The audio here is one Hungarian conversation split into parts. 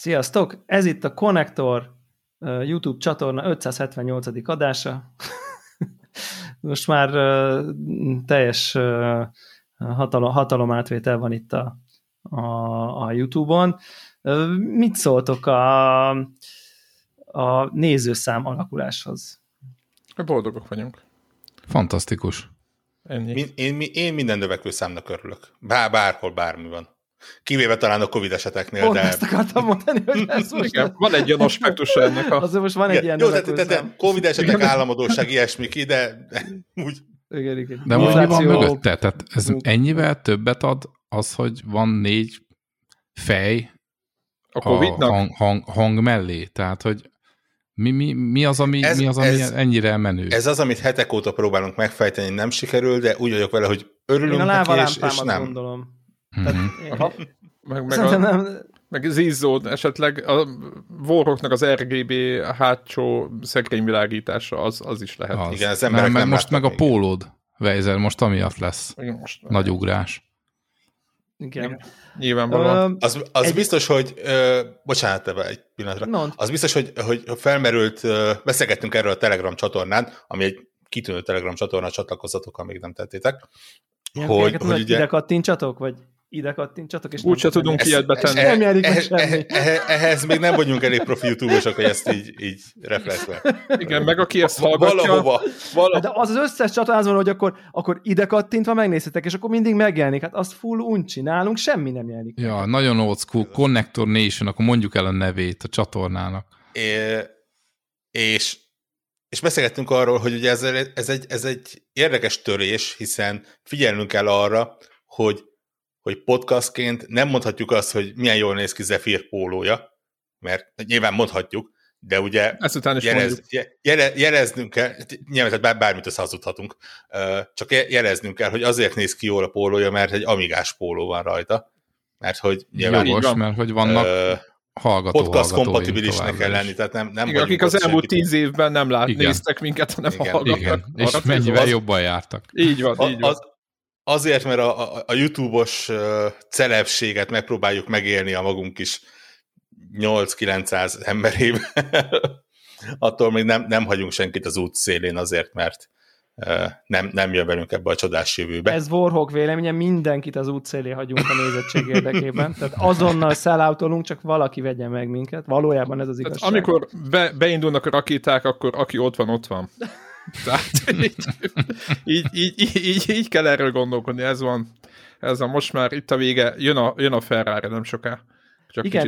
Sziasztok! Ez itt a Konnektor YouTube csatorna 578. adása. Most már teljes hatalomátvétel van itt a YouTube-on. Mit szóltok a nézőszám alakuláshoz? Boldogok vagyunk. Fantasztikus. Ennyi. Én minden növekvő számnak örülök. Bárhol bármi van. Kivéve talán a Covid eseteknél, Pont de... ezt akartam mondani, hogy ez most... Igen, van egy ilyen aspektus ennek a... Azért most van egy ilyen jó, növekvő de Covid esetek, államadóság, ilyesmi ki, de úgy... Igen. De mi van mögötte? Tehát ez ennyivel többet ad az, hogy van 4 fej a Covid-nak? hang mellé. Tehát, hogy mi az, ami ennyire menő? Ez az, amit hetek óta próbálunk megfejteni, nem sikerül, de úgy vagyok vele, hogy örülünk neki, és nem. Gondolom. Meg Zizzód, esetleg a Warhawknak az RGB hátsó szekrényvilágítása, az is lehet. Az. Igen, az emberek nem most meg a még. pólód, Weiser, most amiatt lesz. Most nagy ugrás. Igen. Nyilvánvalóan. Az biztos, hogy... bocsánat, egy pillanatra. Az biztos, hogy felmerült, beszélgettünk erről a Telegram csatornán, ami egy kitűnő Telegram csatorna, csatlakozzatok, ha még nem tettétek. Hogy ugye... Ide kattintsatok, vagy ide kattintsatok, és úgyse tudunk ilyet betenni. Nem nyerik meg semmi. Ehhez még nem vagyunk elég profi YouTube-osok, hogy ezt így reflexve. Igen, meg aki ezt hallgatja... Valahova. De az összes csatornázon, hogy akkor ide kattintva megnézhetek, és akkor mindig megjelenik. Hát azt full uncsi, nálunk semmi nem jelenik. Ja, nagyon old school, Konnektor Nation, akkor mondjuk el a nevét a csatornának. És beszélgettünk arról, hogy ugye ez egy érdekes törés, hiszen figyelnünk kell arra, hogy podcastként nem mondhatjuk azt, hogy milyen jól néz ki Zephyr pólója, mert nyilván mondhatjuk, de ugye jeleznünk kell, nyilván bármit összehazudhatunk, csak jeleznünk kell, hogy azért néz ki jól a pólója, mert egy amigás póló van rajta. Mert hogy nyilván... Jogos, mert hogy vannak podcast kompatibilisnek kell lenni, tehát nem igen, akik az elmúlt 10 évben nem néztek minket, hanem hallgatnak. Igen. És mennyivel jobban jártak. Így van. Azért, mert a YouTube-os celebséget megpróbáljuk megélni a magunk is 8-900 emberével. Attól még nem hagyunk senkit az út szélén azért, mert nem jön velünk ebbe a csodás jövőbe. Ez Warhawk véleménye, mindenkit az út szélén hagyunk a nézettség érdekében. Tehát azonnal szelláutolunk, csak valaki vegye meg minket. Valójában ez az igazság. Tehát amikor beindulnak a rakéták, akkor aki ott van. Tehát így kell erről gondolkodni, ez van most már itt a vége, jön a Ferrari nem soká. Csak igen,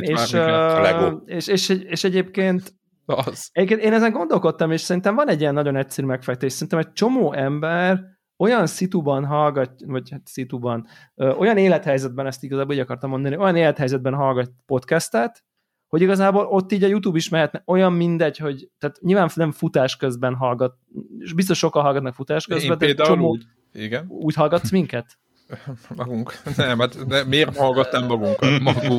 és egyébként én ezen gondolkodtam, és szerintem van egy ilyen nagyon egyszerű megfejtés. Szerintem egy csomó ember olyan szituban hallgat, vagy hát szituban, olyan élethelyzetben, ezt igazából így akartam mondani, olyan élethelyzetben hallgat podcastet, hogy igazából ott így a YouTube is mehetne olyan mindegy, hogy tehát nyilván nem futás közben hallgat, és biztos sokan hallgatnak futás közben, én például csomó, igen. Úgy hallgatsz minket? Magunk. Nem, hát miért hallgatnám magunkat?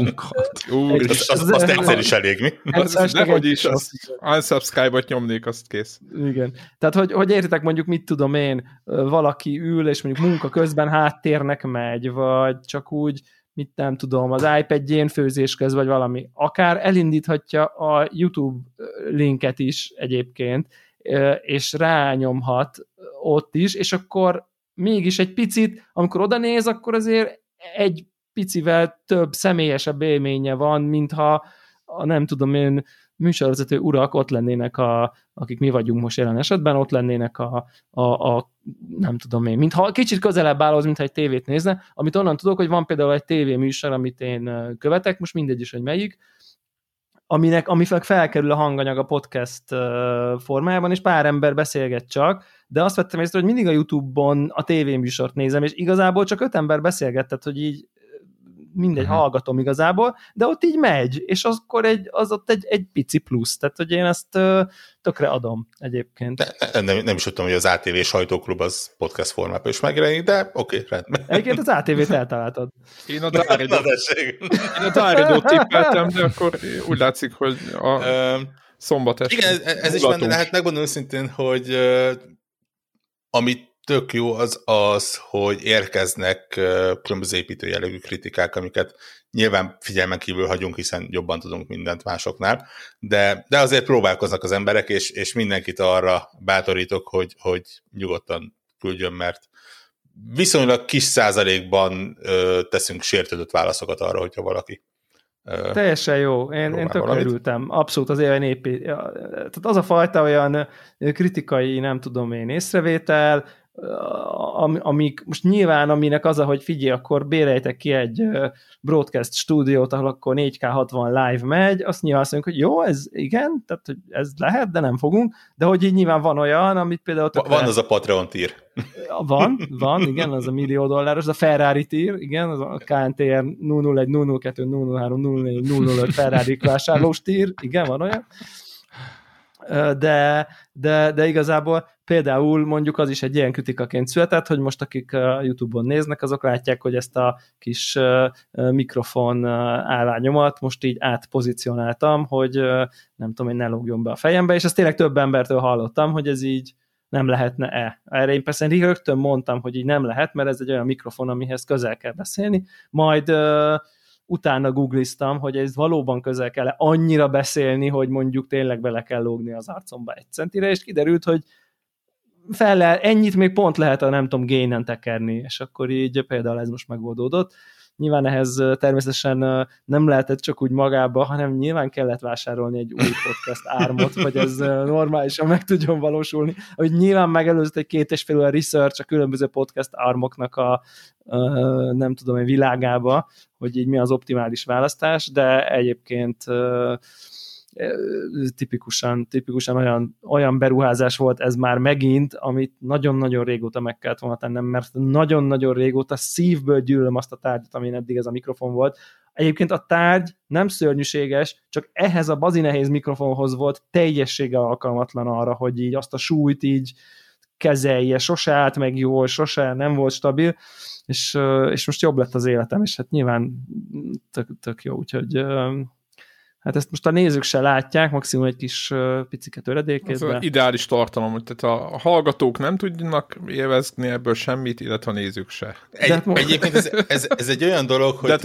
Azt egyszer is elég, mi? Dehogy is, unsubscribe-ot nyomnék, azt kész. Igen. Tehát, hogy értitek, mondjuk mit tudom én, valaki ül, és mondjuk munka közben háttérnek megy, vagy csak úgy mit nem tudom, az iPad-jén főzés közben, vagy valami. Akár elindíthatja a YouTube linket is egyébként, és rányomhat ott is, és akkor mégis egy picit, amikor oda néz, akkor azért egy picivel több személyesebb élménye van, mintha nem tudom én, műsorvezető urak ott lennének, akik mi vagyunk most jelen esetben, ott lennének a nem tudom én, mintha kicsit közelebb áll az, mintha egy tévét nézne, amit onnan tudok, hogy van például egy tévéműsor, amit én követek, most mindegy is, hogy melyik, ami felkerül a hanganyag a podcast formájában, és pár ember beszélget csak, de azt vettem észre, hogy mindig a YouTube-on a tévéműsort nézem, és igazából csak 5 ember beszélget, tehát hogy így mindegy, hallgatom igazából, de ott így megy, és akkor az ott egy pici plusz, tehát hogy én ezt tökre adom egyébként. Nem is tudtam, hogy az ATV sajtóklub az podcast formában is megjelenik, de oké, rendben. Egyébként az ATV-t eltaláltad. Én a Dáridót tippeltem, de akkor úgy látszik, hogy a szombat este. Igen, ez is benne lehet, megmondom őszintén, hogy amit tök jó az, hogy érkeznek különböző építő jellegű kritikák, amiket nyilván figyelmen kívül hagyunk, hiszen jobban tudunk mindent másoknál, de azért próbálkoznak az emberek, és mindenkit arra bátorítok, hogy nyugodtan küldjön, mert viszonylag kis százalékban teszünk sértődött válaszokat arra, hogyha valaki teljesen jó. Én tök örültem. Abszolút az olyan tehát az a fajta olyan kritikai, nem tudom én, észrevétel, amik most nyilván, aminek az, hogy figyelj, akkor béreljetek ki egy broadcast stúdiót, ahol akkor 4K 60 live megy, azt nyilván azt mondjuk, hogy jó, ez igen, tehát hogy ez lehet, de nem fogunk, de hogy így nyilván van olyan, amit például... Van az a Patreon tier. Van, igen, az a $1 millió, az a Ferrari tier, igen, az a KNTR 001, 002, 003, 004, 005 Ferrari vásárlós tier, igen, van olyan. De igazából például mondjuk az is egy ilyen kritikaként született, hogy most akik a YouTube-on néznek, azok látják, hogy ezt a kis mikrofon állványomat most így átpozícionáltam, hogy nem tudom, hogy ne lógjon be a fejembe, és ezt tényleg több embertől hallottam, hogy ez így nem lehetne-e. Erre én persze rögtön mondtam, hogy így nem lehet, mert ez egy olyan mikrofon, amihez közel kell beszélni, majd utána googliztam, hogy ez valóban közel kell annyira beszélni, hogy mondjuk tényleg bele kell lógni az arcomba 1 centire, és kiderült, hogy ennyit még pont lehet a nem tudom gainen tekerni, és akkor így például ez most megoldódott. Nyilván ehhez természetesen nem lehetett csak úgy magába, hanem nyilván kellett vásárolni egy új podcast ármot, hogy ez normálisan meg tudjon valósulni. Hogy nyilván megelőzött egy 2,5 óra research a különböző podcast ármoknak a nem tudom, egy világába, hogy így mi az optimális választás, de egyébként tipikusan olyan beruházás volt ez már megint, amit nagyon-nagyon régóta meg kellett volna tennem, mert nagyon-nagyon régóta szívből gyűlöm azt a tárgyat, amin eddig ez a mikrofon volt. Egyébként a tárgy nem szörnyűséges, csak ehhez a bazinehéz mikrofonhoz volt teljességgel alkalmatlan arra, hogy így azt a súlyt így kezelje, sose állt meg jól, sose nem volt stabil, és most jobb lett az életem, és hát nyilván tök jó, úgyhogy hát ezt most a nézők se látják, maximum egy kis picike töredékét. Ez ideális tartalom, tehát a hallgatók nem tudnak élvezni ebből semmit, illetve a nézők se. Egyébként ez egy olyan dolog, hogy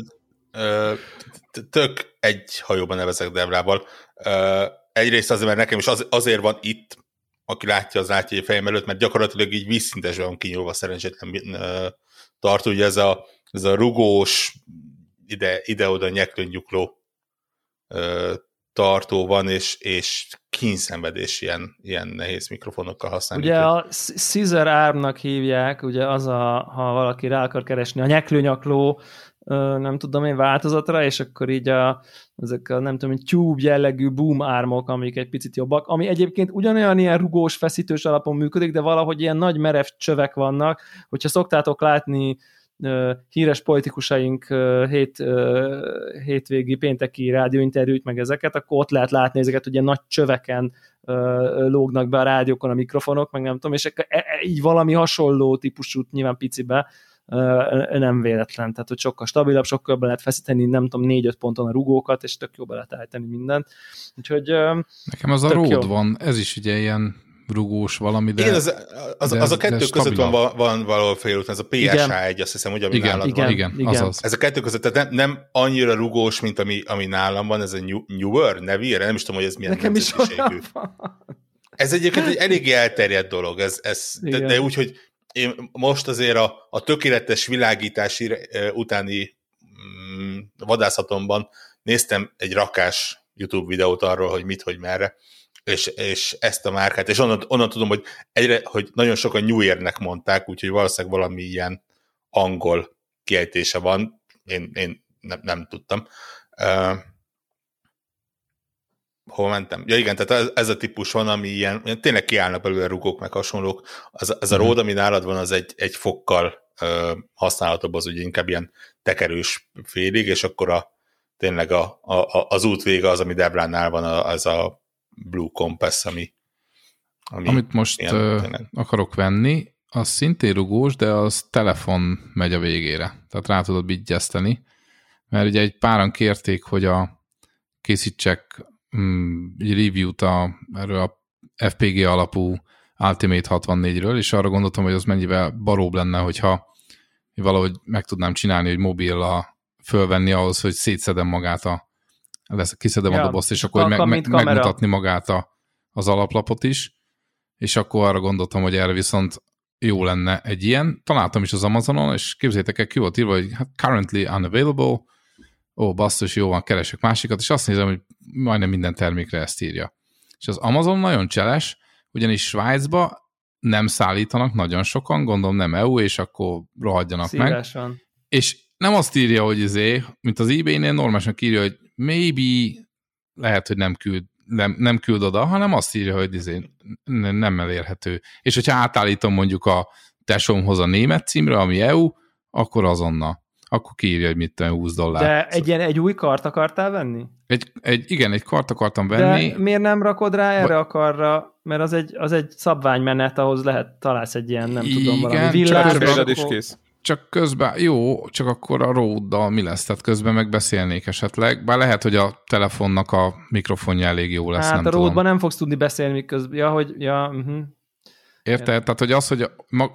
tök egy hajóban nevezek Debrával. Egyrészt azért, mert nekem is azért van itt, aki látja, az látja a fejem előtt, mert gyakorlatilag így vízszintesben van kinyúlva szerencsétlen tartó, ugye ez a rugós, ide-oda nyeklőnyukló tartó van, és kínszenvedés ilyen nehéz mikrofonokkal használni. Ugye a scissor armnak hívják, ugye az ha valaki rá akar keresni a nyeklőnyakló, nem tudom én, változatra, és akkor így ezek a nem tudom, tube jellegű boom armok, amik egy picit jobbak, ami egyébként ugyanolyan ilyen rugós, feszítős alapon működik, de valahogy ilyen nagy merev csövek vannak, hogyha szoktátok látni híres politikusaink hétvégi pénteki rádióinterjút, meg ezeket, akkor ott lehet látni ezeket, ugye nagy csöveken lógnak be a rádiókon a mikrofonok, meg nem tudom, és így valami hasonló típusút nyilván picibe, nem véletlen, tehát hogy sokkal stabilabb, sokkal be lehet feszíteni, nem tudom, 4-5 ponton a rugókat, és tök jó be lehet állítani mindent. Úgyhogy nekem az a Rode van, ez is ugye ilyen rugós valami, de... Igen, az a kettő között van valahol félúton, ez a PSH1, azt hiszem, hogy ami nálad van. Igen. Az. Ez a kettő között, tehát nem annyira rugós, mint ami nálam van, ez a Newer, nem is tudom, hogy ez milyen nemzetiségű. Ez egyébként egy eléggé elterjedt dolog, de úgy, hogy én most azért a tökéletes világítás utáni vadászatomban néztem egy rakás YouTube videót arról, hogy mit, hogy merre, és ezt a márkát, és onnan tudom, hogy nagyon sokan Newernek mondták, úgyhogy valószínűleg valami ilyen angol kiejtése van, én nem tudtam. Hol mentem? Ja igen, tehát ez a típus van, ami ilyen tényleg kiállnak belőle rugók, meg hasonlók. Ez a Rode, ami nálad van, az egy fokkal használhatóbb, az ugye inkább ilyen tekerős félig, és akkor tényleg az út vége az, ami Debránál van, az a Blue Compass, amit most akarok venni, az szintén rugós, de az telefon megy a végére. Tehát rá tudod bigyeszteni, mert ugye egy páran kérték, hogy készítsek egy review-t erről a FPG alapú Ultimate 64-ről, és arra gondoltam, hogy az mennyivel baróbb lenne, hogyha valahogy meg tudnám csinálni, hogy mobilla fölvenni ahhoz, hogy szétszedem magát kiszedem a dobozt, és akkor megmutatni magát az alaplapot is, és akkor arra gondoltam, hogy erre viszont jó lenne egy ilyen. Találtam is az Amazonon, és képzeljétek el, ki volt írva, hogy currently unavailable, basszus, jó van, keresek másikat, és azt nézem, hogy majdnem minden termékre ezt írja. És az Amazon nagyon cseles, ugyanis Svájcba nem szállítanak nagyon sokan, gondolom nem EU, és akkor rohadjanak szívesen meg. És nem azt írja, hogy mint az eBay-nél normálisan írja, hogy maybe lehet, hogy nem küld oda, hanem azt írja, hogy nem elérhető. És hogyha átállítom mondjuk a tesómhoz a német címre, ami EU, akkor azonnal. Akkor kiírja, hogy mit tudom, $20. De egy új kart akartál venni? Igen, egy kart akartam venni. De miért nem rakod rá erre a karra? Mert az egy szabványmenet, ahhoz találsz egy ilyen, nem tudom, valami villás. Csak közben, csak akkor a Rode-dal mi lesz? Tehát közben megbeszélnék esetleg. Bár lehet, hogy a telefonnak a mikrofonja elég jó lesz, nem tudom. Hát a Rode-ban nem fogsz tudni beszélni közben. Érted? Tehát, hogy az, hogy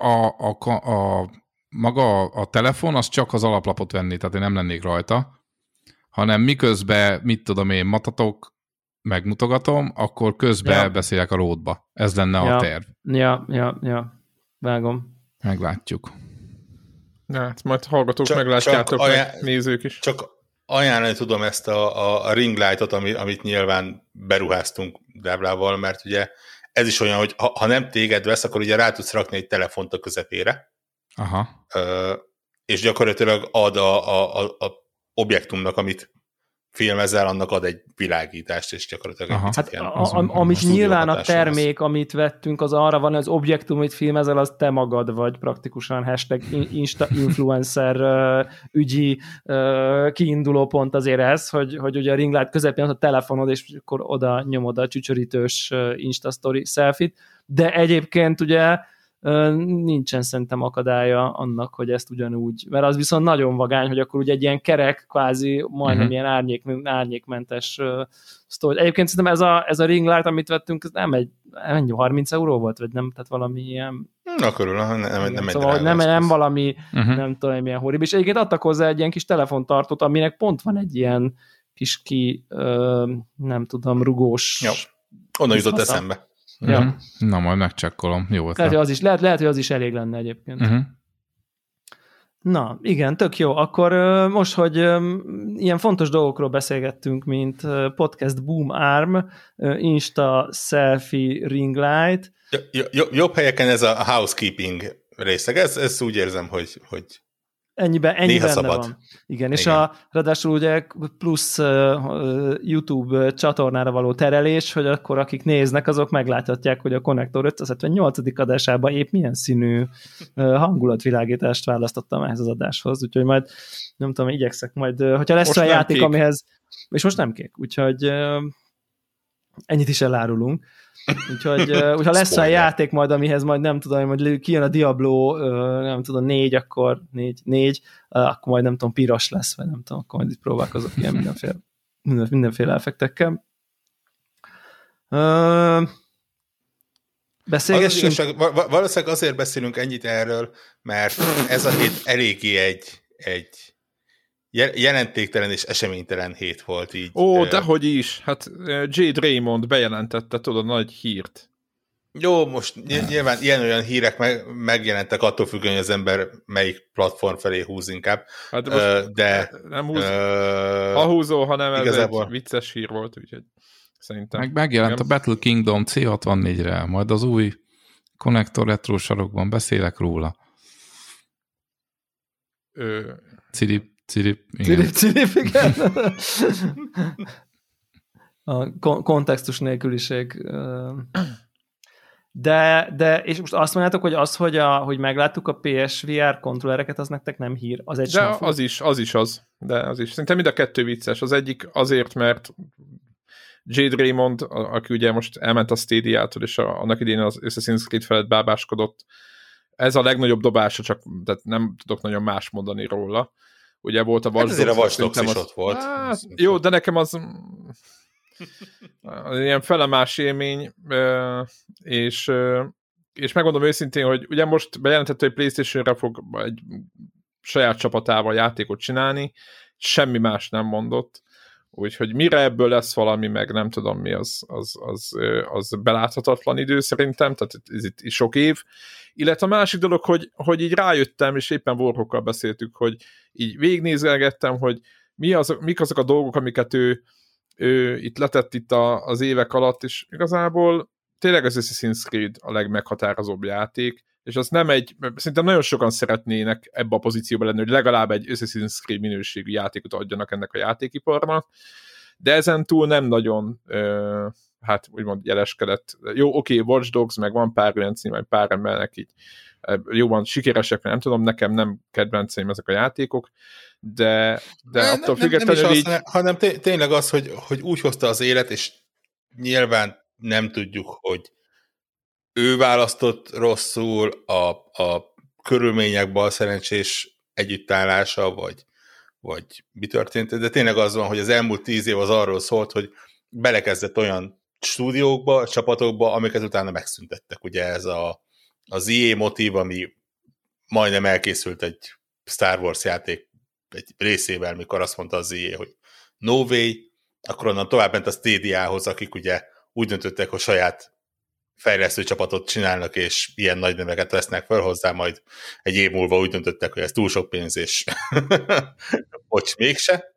maga a telefon, az csak az alaplapot venni, tehát én nem lennék rajta, hanem miközben, mit tudom én, matatok, megmutogatom, akkor közben beszélek a Rode-ba. Ez lenne a terv. Ja. Vágom. Meglátjuk. Hát majd hallgatók, meglátjátok, nézők is. Csak ajánlani tudom ezt a ring lightot, amit nyilván beruháztunk Devlával, mert ugye ez is olyan, hogy ha nem téged vesz, akkor ugye rá tudsz rakni egy telefont a közepére. Aha. És gyakorlatilag ad a objektumnak, amit filmezel, annak ad egy világítást, és gyakorlatilag egy picit ilyen... Amit nyilván a termék, amit vettünk, az arra van, az objektum, amit filmezel, az te magad vagy praktikusan Insta influencer ügyi kiinduló pont azért ez, hogy ugye a ring light közepén az a telefonod, és akkor oda nyomod a csücsörítős Insta story selfie-t, de egyébként ugye nincsen szerintem akadálya annak, hogy ezt ugyanúgy, mert az viszont nagyon vagány, hogy akkor ugye egy ilyen kerek, kvázi majdnem ilyen árnyékmentes sztori. Egyébként szerintem ez a ring light, amit vettünk, ez nem 30 euró volt, vagy nem, tehát valami ilyen... Na körül, nem szóval nem valami, nem tudom, milyen horribilis. Egyébként adtak hozzá egy ilyen kis telefontartót, aminek pont van egy ilyen kis nem tudom, rugós... Jó. Onnan jutott eszembe. Ja. Na, majd megcsekkolom. Jó volt. Lehet, hogy az is elég lenne egyébként. Na, igen, tök jó. Akkor most, hogy ilyen fontos dolgokról beszélgettünk, mint podcast Boom Arm, Insta Selfie Ring Light. Jobb helyeken ez a housekeeping részeg. Ez úgy érzem, hogy ennyi benne szabad. Van. Igen, és ráadásul ugye plusz YouTube csatornára való terelés, hogy akkor akik néznek, azok megláthatják, hogy a Konnektor 578. adásában épp milyen színű hangulatvilágítást választottam ehhez az adáshoz, úgyhogy majd, nem tudom, igyekszek majd, hogyha lesz olyan játék, kék, amihez, és most nem kék, úgyhogy ennyit is elárulunk. Úgyhogy ha lesz olyan játék majd, amihez majd nem tudom, hogy kijön a Diablo, nem tudom, 4, akkor 4, akkor majd nem tudom, piros lesz, vagy nem tudom, akkor majd itt próbálkozok ilyen mindenféle effektekkel. Beszélgessünk. Valószínűleg azért beszélünk ennyit erről, mert ez a hét eléggé egy jelentéktelen és eseménytelen hét volt így. Dehogy is. Hát Jade Raymond bejelentette, tudod, nagy hírt. Jó, most nyilván ilyen-olyan hírek megjelentek, attól függően, hogy az ember melyik platform felé húz inkább. Hát de nem húz, ha húzó, hanem igazából... ez egy vicces hír volt, úgyhogy szerintem. Megjelent a Battle Kingdom C64-re, majd az új Konnektor retro sarokban beszélek róla. Cirip, igen. A kontextus nélküliség. De és most azt mondjátok, hogy az, hogy megláttuk a PSVR kontrollereket, az nektek nem hír. Az egy de az is. De az is. Szerintem mind a kettő vicces. Az egyik azért, mert Jade Raymond, aki ugye most elment a Stadia-tól, és annak idén az Assassin's Creed felett bábáskodott. Ez a legnagyobb dobása, csak tehát nem tudok nagyon más mondani róla. Ugye volt a Watch Dogs. Hát azért a Watch Dogs is ott volt. Jó, de nekem az ilyen felemás élmény, és és megmondom őszintén, hogy ugye most bejelentett, hogy PlayStation-re fog egy saját csapatával játékot csinálni, semmi más nem mondott, úgyhogy mire ebből lesz valami, meg nem tudom mi, az beláthatatlan idő szerintem, tehát ez itt sok év. Illetve a másik dolog, hogy így rájöttem, és éppen Warhawkkal beszéltük, hogy így végignézelgettem, hogy mik azok a dolgok, amiket ő itt letett itt az évek alatt, és igazából tényleg az Assassin's Creed a legmeghatározóbb játék, és az nem szerintem nagyon sokan szeretnének ebbe a pozícióba lenni, hogy legalább egy Assassin's Creed minőségű játékot adjanak ennek a játékiparnak, de ezen túl nem nagyon hát úgymond jeleskedett. Jó, oké, Watch Dogs, meg van pár olyan cím, vagy pár emelnek így jóban sikeresek, nem tudom, nekem nem kedvenceim ezek a játékok, de attól függetlenül nem így... hanem tényleg az, hogy úgy hozta az élet, és nyilván nem tudjuk, hogy ő választott rosszul, a körülmények balszerencsés együttállása, vagy mi történt, de tényleg az van, hogy az elmúlt 10 év az arról szólt, hogy belekezdett olyan stúdiókba, csapatokba, amiket utána megszüntettek. Ugye ez az EA motív, ami majdnem elkészült egy Star Wars játék egy részével, mikor azt mondta az EA, hogy no way, akkor onnan tovább ment a Stadia-hoz, akik ugye úgy döntöttek, hogy saját fejlesztő csapatot csinálnak, és ilyen nagy neveket vesznek fel hozzá, majd egy év múlva úgy döntöttek, hogy ez túl sok pénz, és bocs, mégse.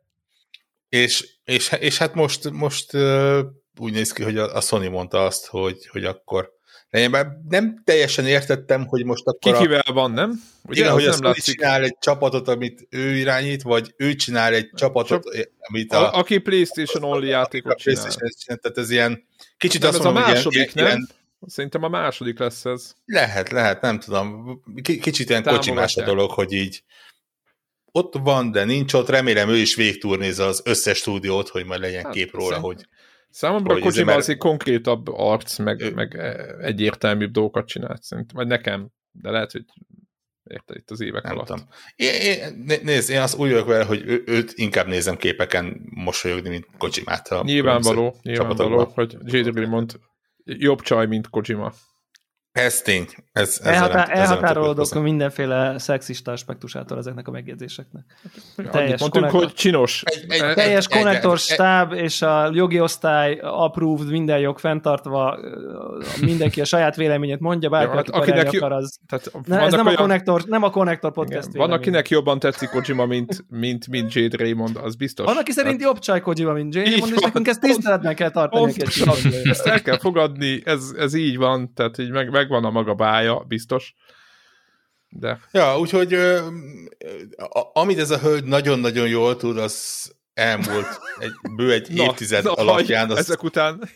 És hát most úgy néz ki, hogy a Sony mondta azt, hogy akkor nem teljesen értettem, hogy most akkor Kikivel van, nem? Ugye, igen, hogy a Sony csinál egy csapatot, amit ő irányít, vagy ő csinál egy csapatot, amit aki PlayStation Only játékot csinál. Tehát ez ilyen kicsit nem, azt ez mondom, a második, nem? Ilyen, szerintem a második lesz ez. Lehet, nem tudom. Kicsit ilyen kocsimás a dolog, hogy így ott van, de nincs ott. Remélem ő is végigturnézza az összes stúdiót, hogy majd legyen kép róla, hogy számomra a Kojima az egy konkrétabb arc, meg egyértelműbb dolgokat csinált szerintem. Vagy nekem, de lehet, hogy érted itt az évek alatt. Tudom. Nézd, én azt úgy vagyok vele, hogy őt inkább nézem képeken mosolyogni, mint Kojimát. Nyilvánvaló, hogy J.D. Raymond jobb csaj, mint Kojima. Ez tény. Elhatárolódok mindenféle szexista aspektusától ezeknek a megjegyzéseknek. Mondtunk, hogy csinos. Teljes konnektor stáb és a jogi osztály approved, minden jog fenntartva, mindenki a saját véleményét mondja, bárki, aki akar, az... Ez nem a konnektor podcast vélemény. Van, akinek jobban tetszik Kojima, mint J.D. Raymond, az biztos. Van, aki szerint jobb csaj Kojima, mint J.D. Raymond, és nekünk ezt tiszteletben kell tartani. Ezt el kell fogadni, ez így van, tehát így megvan a maga bája, biztos. De... Ja, úgyhogy amit ez a hölgy nagyon-nagyon jól tud, az elmúlt egy évtized alapján. Ezek után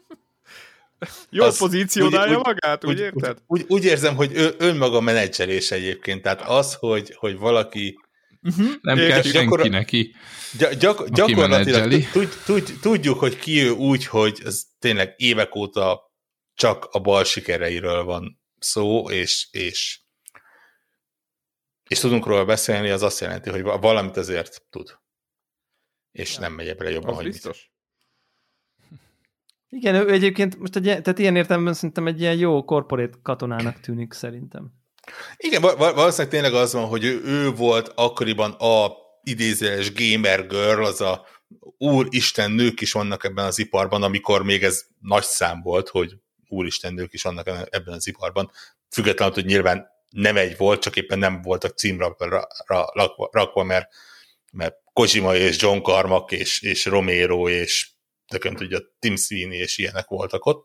jó pozícionálja magát, úgy érted? Úgy érzem, hogy önmaga menedzselés egyébként. Tehát az, hogy valaki... Nem kell senki neki. Gyakorlatilag tudjuk, hogy ki ő úgy, hogy ez tényleg évek óta csak a bal sikereiről van szó, és tudunk róla beszélni, az azt jelenti, hogy valamit azért tud. És nem megy ebbre jobban, hogy biztos. Igen, ő egyébként most tehát ilyen értelemben szerintem egy ilyen jó corporate katonának tűnik szerintem. Igen, valószínűleg tényleg az van, hogy ő volt akkoriban a idézőjeles gamer girl, az a úristen nők is vannak ebben az iparban, amikor még ez nagy szám volt, hogy úristen nők is vannak ebben az iparban. Függetlenül, hogy nyilván nem egy volt, csak éppen nem voltak címra rakva, mert Kojima és John Carmack és Romero és tököm tudja, Tim Sweeney és ilyenek voltak ott.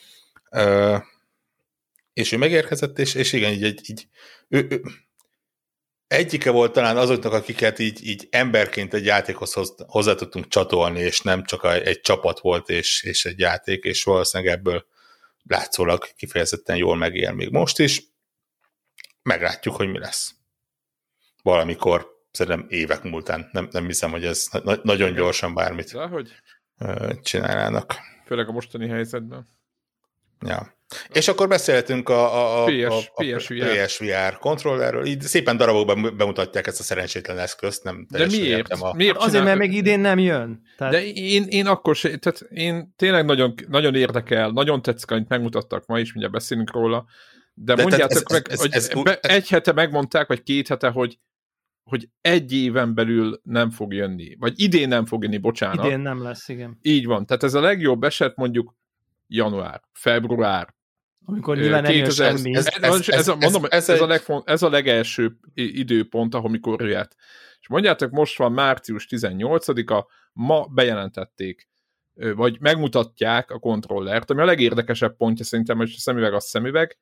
És ő megérkezett, és igen, így ő egyike volt talán azoknak, akiket így emberként egy játékhoz hozzá tudtunk csatolni, és nem csak egy csapat volt, és egy játék, és valószínűleg ebből látszólag kifejezetten jól megél még most is. Meglátjuk, hogy mi lesz. Valamikor, szerintem évek múltán. Nem hiszem, hogy ez nagyon gyorsan bármit csinálnának. Főleg a mostani helyzetben. Ja. És akkor beszéltünk a PSVR kontrollerről. Így szépen darabokban bemutatják ezt a szerencsétlen eszközt. Nem de miért? Azért, mert még idén nem jön. Tehát... De én akkor se, tehát én tényleg nagyon, nagyon érdekel, nagyon tetszik, amit megmutattak ma is, mindjárt beszélünk róla, De mondjátok meg, hogy egy hete megmondták, vagy 2 hete, hogy 1 éven belül nem fog jönni. Vagy idén nem fog jönni, bocsánat. Idén nem lesz, igen. Így van. Tehát ez a legjobb eset mondjuk január, február. Amikor nyilván nem jön semmi. Ez a legelső időpont, amikor jöhet. És mondjátok, most van március 18-a, ma bejelentették, vagy megmutatják a kontrollert, ami a legérdekesebb pontja szerintem, hogy a szemüveg az szemüveg.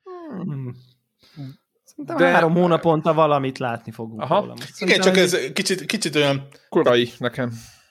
De 3 hónaponta valamit látni fogunk róla. Igen, csak ez kicsit olyan... korai nekem.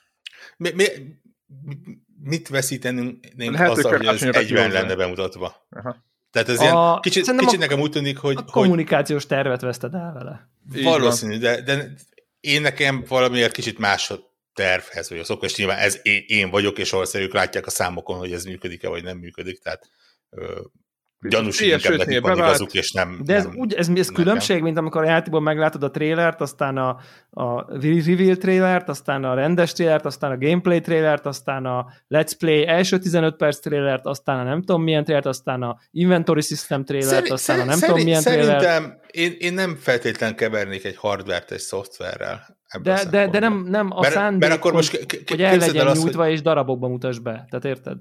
Mit veszítenünk azzal, hogy ez egyben lenne bemutatva? Aha. Tehát ez ilyen, kicsit nekem úgy tűnik, hogy... A kommunikációs tervet veszted el vele. Valószínű, de én nekem valamiért kicsit más a tervhez, vagy a szokás, és nyilván ez én vagyok, és valószínűleg ők látják a számokon, hogy ez működik-e, vagy nem működik, tehát gyanús, hogy inkább nekik van igazuk, és nem... De ez különbség, mint amikor a játékban meglátod a trailert, aztán a reveal trailert, aztán a rendes trailert, aztán a gameplay trailert, aztán a let's play első 15 perc trailert, aztán a nem tudom milyen trailert, aztán a inventory system trailert, aztán a nem tudom milyen trailert. Szerintem én nem feltétlen kevernék egy hardvert egy szoftverrel. De nem a szándék, akkor most hogy el legyen nyújtva, és darabokba mutasd be. Tehát érted?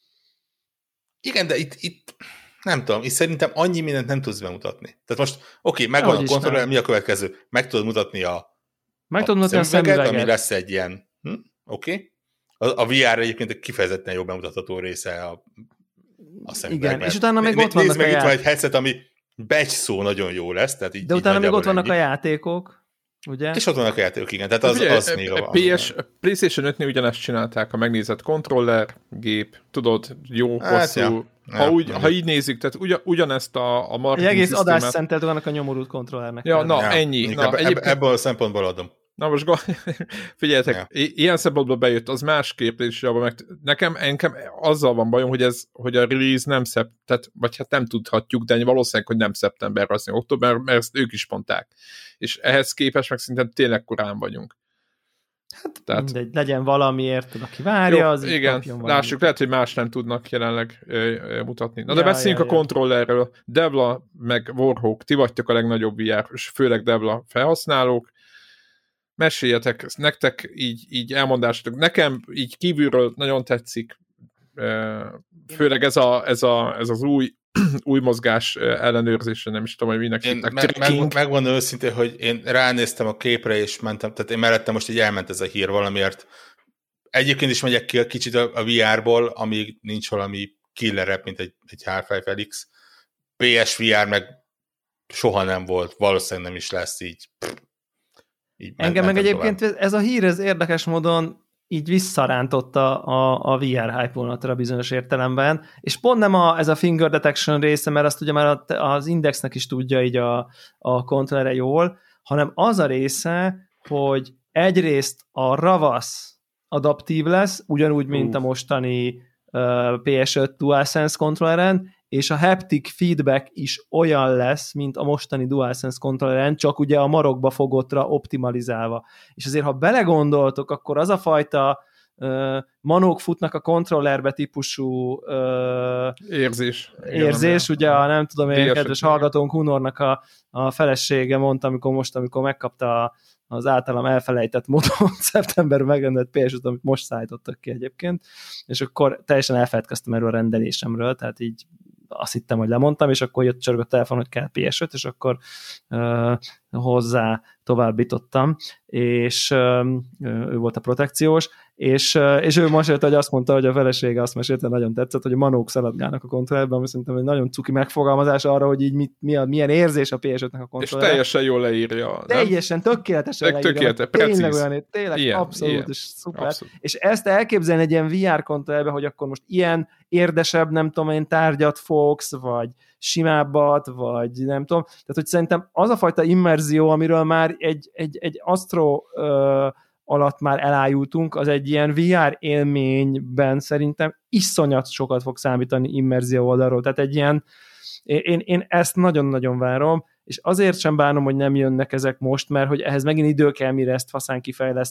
Igen, de itt nem tudom, és szerintem annyi mindent nem tudsz bemutatni. Tehát most, megvan a kontroller, mi a következő? Meg tudod mutatni a szemüveget, ami lesz egy ilyen, A VR egyébként kifejezetten jó bemutatható része a szemüveg. Igen, és utána még ott vannak nézd meg, itt van egy headset, ami batch szó nagyon jó lesz. Tehát így, de utána még ott vannak a játékok, ugye? És ott vannak a játékok, igen. Tehát az még a PlayStation 5-nél ugyanezt csinálták, ha megnézed, kontroller, gép, tudod, jó, hosszú. Ha így nézzük, tehát ugyanezt a marketing egy egész adást szentelt vannak a nyomorult kontrollernek. Ennyi. Ebből a szempontból adom. Na most figyeljetek, ilyen szempontból bejött, az másképp, és nekem azzal van bajom, hogy a release nem vagy hát nem tudhatjuk, de valószínűleg, hogy nem szeptember, valószínűleg október, mert ezt ők is mondták. És ehhez képest meg szerintem tényleg korán vagyunk. Tehát, mindegy, legyen valamiért, aki várja, az igen, lássuk, lehet, hogy más nem tudnak jelenleg mutatni. Na de beszéljünk a kontrollerről. Devla meg Warhawk, ti vagytok a legnagyobb VR, és főleg Devla felhasználók. Meséljetek, nektek így elmondásatok. Nekem így kívülről nagyon tetszik, főleg ez az új mozgás ellenőrzése, nem is tudom, hogy minek hívták. Megmondom őszintén, hogy én ránéztem a képre, és mentem, tehát én mellettem most így elment ez a hír valamiért. Egyébként is megyek ki kicsit a VR-ból, amíg nincs valami killerebb, mint egy Half-Life Alyx. PSVR meg soha nem volt, valószínűleg nem is lesz így. Engem meg egyébként ez a hír, ez érdekes módon így visszarántotta a VR hype vonatra bizonyos értelemben, és pont nem ez a finger detection része, mert azt ugye már az Indexnek is tudja így a kontrollere jól, hanem az a része, hogy egyrészt a ravasz adaptív lesz, ugyanúgy, mint a mostani PS5 DualSense kontrolleren, és a haptic feedback is olyan lesz, mint a mostani DualSense kontrolleren, csak ugye a marokba fogottra optimalizálva. És azért, ha belegondoltok, akkor az a fajta manók futnak a kontrollerbe típusú érzés, ugye nem tudom én, kedves hallgatónk Hunornak a felesége mondta, amikor megkapta az általam elfelejtett módon szeptemberben megrendelt PS5-t, amit most szállítottak ki egyébként, és akkor teljesen elfeledkeztem erről a rendelésemről, tehát így azt hittem, hogy lemondtam, és akkor jött csörgött a telefon, hogy kell PS5, és akkor hozzá továbbítottam, és ő volt a protekciós, és ő mesélte, hogy azt mondta, hogy a felesége azt mesélte, nagyon tetszett, hogy a manók szaladgálnak a kontrollerben, ami szerintem egy nagyon cuki megfogalmazás arra, hogy így milyen érzés a PS5-nek a kontroller. És teljesen jól leírja. Teljesen, tökéletesen leírja. Tökéletes, precíz. Tényleg olyan, tényleg ilyen, abszolút, ilyen. És szuper. Abszolút. És ezt elképzelni egy ilyen VR kontrollerbe, hogy akkor most ilyen érdesebb, nem tudom én, tárgyat fogsz, vagy simábbat, vagy nem tudom. Tehát, hogy szerintem az a fajta immerzió, amiről már egy Astro alatt már elájultunk, az egy ilyen VR élményben szerintem iszonyat sokat fog számítani immerzió oldalról. Tehát egy ilyen, én ezt nagyon-nagyon várom, és azért sem bánom, hogy nem jönnek ezek most, mert hogy ehhez megint idő kell, mire ezt faszán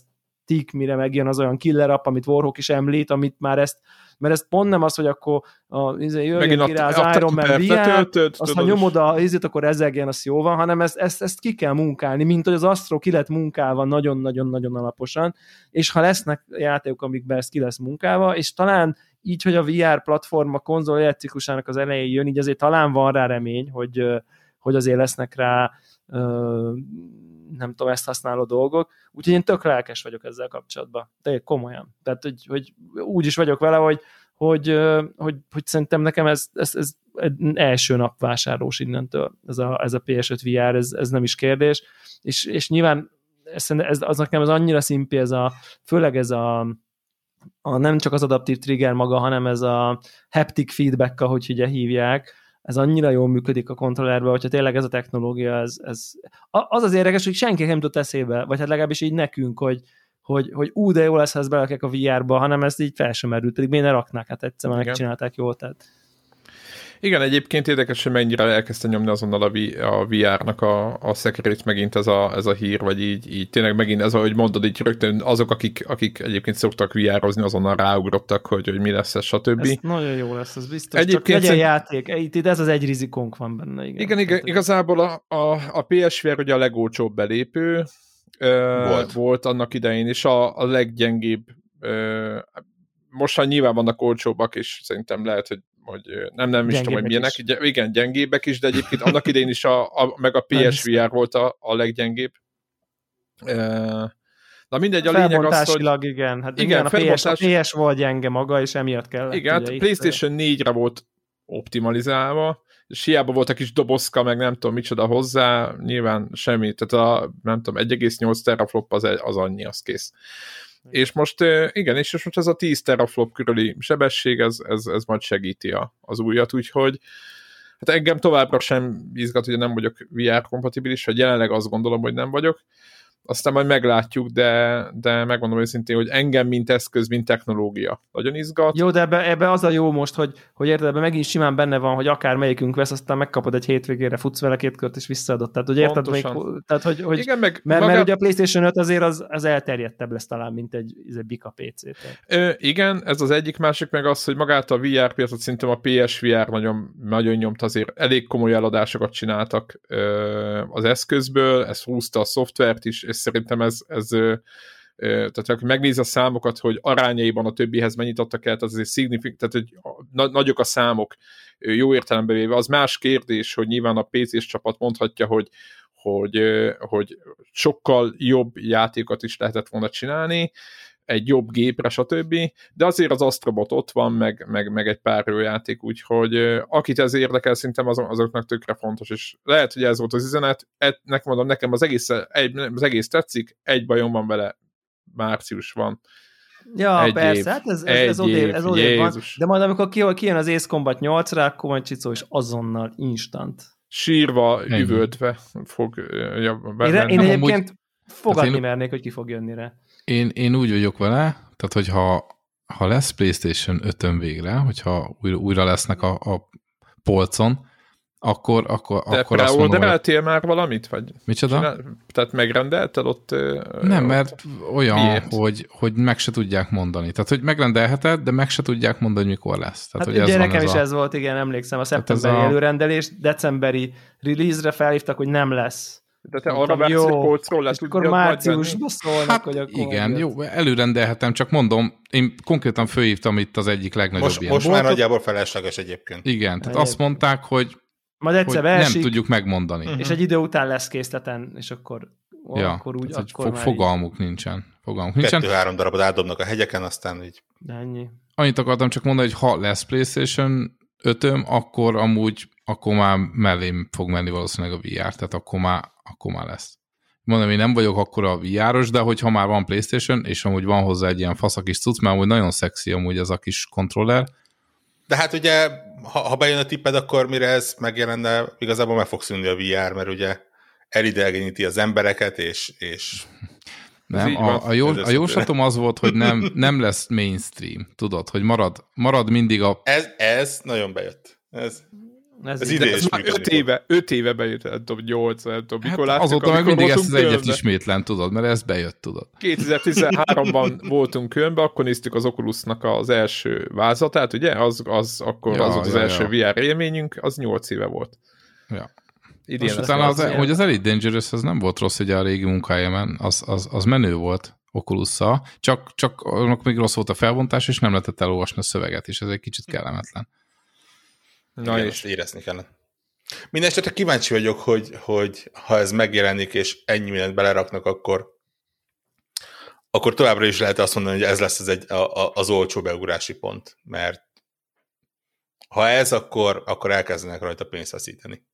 tik, mire megjön az olyan killer app, amit Warhawk is említ, amit már mert ez pont nem az, hogy akkor jöjjön ki rá az Iron Man VR, azt ha nyomod a ízét, akkor ezegjen, az jó van, hanem ezt ki kell munkálni, mint hogy az Astro ki lett munkálva nagyon-nagyon-nagyon alaposan, és ha lesznek játékok, amikben ez ki lesz munkálva, és talán így, hogy a VR platform a konzol életciklusának az elején jön, így azért talán van rá remény, hogy azért lesznek rá nem tudom, ezt használó dolgok, úgyhogy én tök lelkes vagyok ezzel kapcsolatban. Tényleg komolyan. Tehát, hogy úgy is vagyok vele, hogy szerintem nekem ez első nap vásárlós innentől, ez a PS5 VR, ez nem is kérdés, és nyilván az nekem az annyira szimpi, főleg ez a nem csak az adaptív trigger maga, hanem ez a haptic feedback, ahogy ugye hívják, ez annyira jól működik a kontrollerben, hogyha tényleg ez a technológia, az érdekes, hogy senki nem tud eszébe, vagy hát legalábbis így nekünk, hogy de jó lesz, ha ezt belakják a VR-ba, hanem ezt így fel sem merült, pedig miért ne raknák, hát egyszerűen megcsinálták jól, tehát. Igen, egyébként érdekes, hogy mennyire elkezdte nyomni azonnal a VR-nak a szekerét megint ez a hír, vagy így tényleg megint ez, ahogy mondod, így rögtön azok, akik egyébként szoktak VR-ozni, azonnal ráugrottak, hogy mi lesz ez, stb. Ez nagyon jó lesz, ez biztos. Egyébként csak legyen játék, itt ez az egy rizikónk van benne. Igen, igazából a PSVR ugye a legolcsóbb belépő volt annak idején, és a leggyengébb, most nyilván vannak olcsóbbak, és szerintem lehet, hogy nem is tudom, hogy milyenek. Igen, gyengébbek is, de egyébként annak idején is meg a PSVR volt a leggyengébb. Na mindegy, a lényeg az, hogy... igen. Hát igen, a PS volt gyenge maga, és emiatt kellett. Igen, hát PlayStation 4-re volt optimalizálva, és hiába volt a kis dobozka, meg nem tudom micsoda hozzá, nyilván semmi, tehát nem tudom, 1,8 teraflop az annyi, az kész. És most igen, és most ez a 10 teraflop körüli sebesség, ez majd segíti az újat, úgyhogy hát engem továbbra sem izgat, hogy nem vagyok VR kompatibilis, vagy jelenleg azt gondolom, hogy nem vagyok. Aztán majd meglátjuk, de megmondom őszintén, hogy engem, mint eszköz, mint technológia nagyon izgat. Jó, de ebbe az a jó most, hogy érted, ebben megint simán benne van, hogy akár melyikünk vesz, aztán megkapod egy hétvégére, futsz vele 2 kört, és visszaadod. Tehát, hogy érted, tehát, hogy igen, mert ugye a PlayStation 5 azért az elterjedtebb lesz talán, mint egy Bika PC. Igen, ez az egyik, másik meg az, hogy magát a VR piacot szerintem a PSVR nagyon nyomta, azért elég komoly eladásokat csináltak az eszközből, ez húzta a szoftvert is, és szerintem tehát aki megnézi a számokat, hogy arányaiban a többihez mennyit adtak el, tehát azért tehát hogy nagyok a számok jó értelembe véve. Az más kérdés, hogy nyilván a PC-s csapat mondhatja, hogy sokkal jobb játékokat is lehetett volna csinálni, egy jobb gépre, stb. De azért az Astrobot ott van, meg egy pár jó játék, úgyhogy akit ez érdekel, szerintem azoknak tökre fontos, és lehet, hogy ez volt az üzenet. Nekem az egész tetszik, egy bajom van vele, március van. Ja, persze, hát ez odébb van, de majd amikor kijön az Ace Combat 8-ra, akkor majd Csicó is azonnal instant. Sírva, üvöltve fog én egyébként fogadni mernék, hogy ki fog jönni rá. Én úgy vagyok vele, tehát hogyha lesz PlayStation 5-ön végre, hogyha újra lesznek a polcon, akkor azt mondom, preordereltél már valamit? Vagy micsoda? Tehát megrendelted ott? Nem, mert olyan, hogy meg se tudják mondani. Tehát, hogy megrendelheted, de meg se tudják mondani, hogy mikor lesz. Tehát, hát hogy ugye nekem is ez volt, igen, emlékszem, a szeptemberi előrendelés, decemberi release-re felhívtak, hogy nem lesz. De te arra vársz, hogy polcról le tudjad majd márciusban szólnak, hát, hogy akkor igen, jó, előrendelhetem, csak mondom, én konkrétan fölhívtam itt az egyik legnagyobb ilyen most már nagyjából felesleges egyébként. Igen, tehát azt mondták, hogy majd egyszer nem tudjuk megmondani. És egy idő után lesz készleten, és akkor úgy fogalmuk nincsen. 2-3 darabot átdobnak a hegyeken, aztán így. De ennyi. Annyit akartam csak mondani, hogy ha lesz PlayStation 5-öm, akkor már mellém fog menni valószínűleg a VR, tehát akkor már lesz. Mondom, én nem vagyok akkor a VR-os, de hogyha már van PlayStation, és amúgy van hozzá egy ilyen fasz a kis cucc, mert amúgy nagyon szexi amúgy ez a kis kontroller. De hát ugye, ha bejön a tipped, akkor mire ez megjelenne, igazából meg fog szűnni a VR, mert ugye elidegeníti az embereket, és nem, a jóslatom az volt, hogy nem lesz mainstream, tudod, hogy marad mindig a... Ez nagyon bejött. Ez idén is már 5 éve bejött, nem tudom, 8, nem tudom, mikor hát láttuk. azóta meg mindig ezt az egyet ismétlen, tudod, mert ez bejött, tudod. 2013-ban voltunk Kölnbe, akkor néztük az Oculusnak az első vázatát, ugye? Az volt az első VR élményünk, az 8 éve volt. Ja. Idén hogy az Elite Dangerous az nem volt rossz, ugye a régi munkahelyemen, az menő volt Oculusszal, csak még rossz volt a felbontás, és nem lehetett elolvasni a szöveget, és ez egy kicsit kellemetlen. Na igen, és érezni kellene. Mindenesetre kíváncsi vagyok, hogy ha ez megjelenik, és ennyi mindent beleraknak, akkor továbbra is lehet azt mondani, hogy ez lesz az olcsó beugrási pont, mert ha ez, akkor elkezdenek rajta pénzt veszíteni.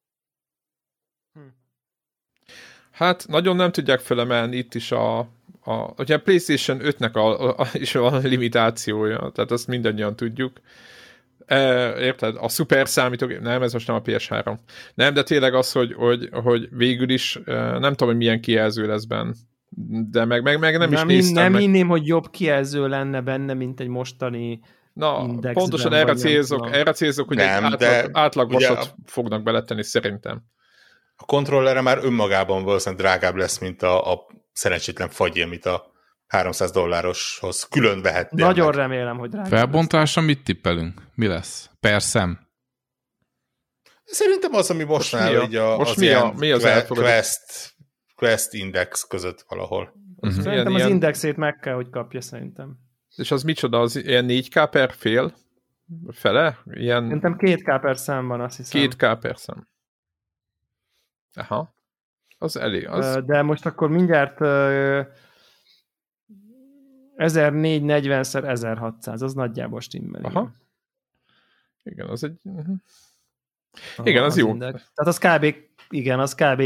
Hát nagyon nem tudják felemelni itt is ugye a PlayStation 5-nek is van limitációja, tehát azt mindannyian tudjuk. Érted? A szuper számítógép, nem, ez most nem a PS3. Nem, de tényleg az, hogy végül is nem tudom, hogy milyen kijelző lesz benne, de meg nem is néztem. Nem hinném, hogy jobb kijelző lenne benne, mint egy mostani indexben. Pontosan erre célzok, hogy nem, egy átlagosat fognak beletenni szerintem. A kontrollerre már önmagában valószínűleg drágább lesz, mint a szerencsétlen fagy, amit a $300 külön vehettél. Nagyon remélem, hogy drágább. Felbontásra mit tippelünk? Mi lesz? Per szem? Szerintem az, ami most mi az Quest Index között valahol. Szerintem az indexét meg kell, hogy kapja, szerintem. És az micsoda? Az ilyen 4K per fél? Fele? Ilyen... Szerintem 2K per szám van, azt hiszem. 2K per szám. Aha. Az elég. De most akkor mindjárt 1440x1600, az nagyjából stimmel. Aha. Igen, az egy... Igen, az jó. Index. Tehát az kb. Igen, az kb.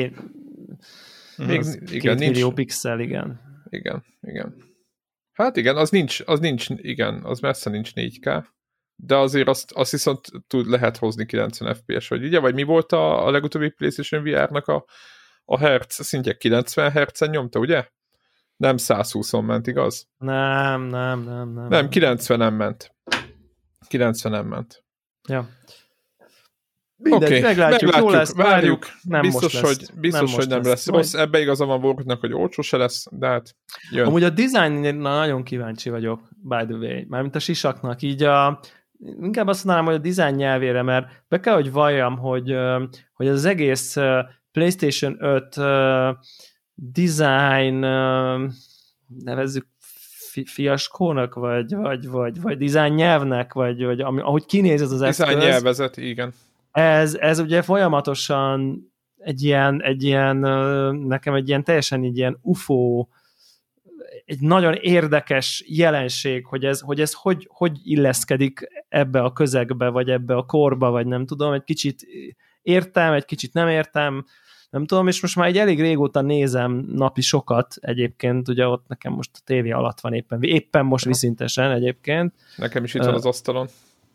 Igen, 2 millió pixel, igen. Igen. Hát igen, az nincs, igen, az messze nincs 4K, de azért azt viszont lehet hozni 90 FPS, vagy ugye, vagy mi volt a legutóbbi PlayStation VR-nak a hertz szintje 90 Hz-en nyomta, ugye? Nem 120-on ment, igaz? Nem. Nem, 90-en ment. 90-en ment. Ja. Mindegy, meglátjuk, jó lesz, várjuk. Nem biztos, hogy nem lesz rossz. Ebbe igaza van Borgnak, hogy olcsó se lesz, de hát jön. Amúgy a design nagyon kíváncsi vagyok, by the way. Mármint a sisaknak. Így inkább azt mondanám, hogy a design nyelvére, mert be kell, hogy valljam, hogy az egész PlayStation 5 design nevezzük fiaskónak, vagy design nyelvnek, vagy ahogy kinéz ez az eszköz. Design nyelvezet, igen. Ez ugye folyamatosan egy ilyen nekem egy ilyen teljesen egy ilyen UFO, egy nagyon érdekes jelenség, hogy ez hogy illeszkedik ebbe a közegbe, vagy ebbe a korba, vagy nem tudom, egy kicsit értem, egy kicsit nem értem, nem tudom, és most már egy elég régóta nézem napi sokat egyébként, ugye ott nekem most a tévé alatt van éppen most viszintesen egyébként. Nekem is itt van az asztalon.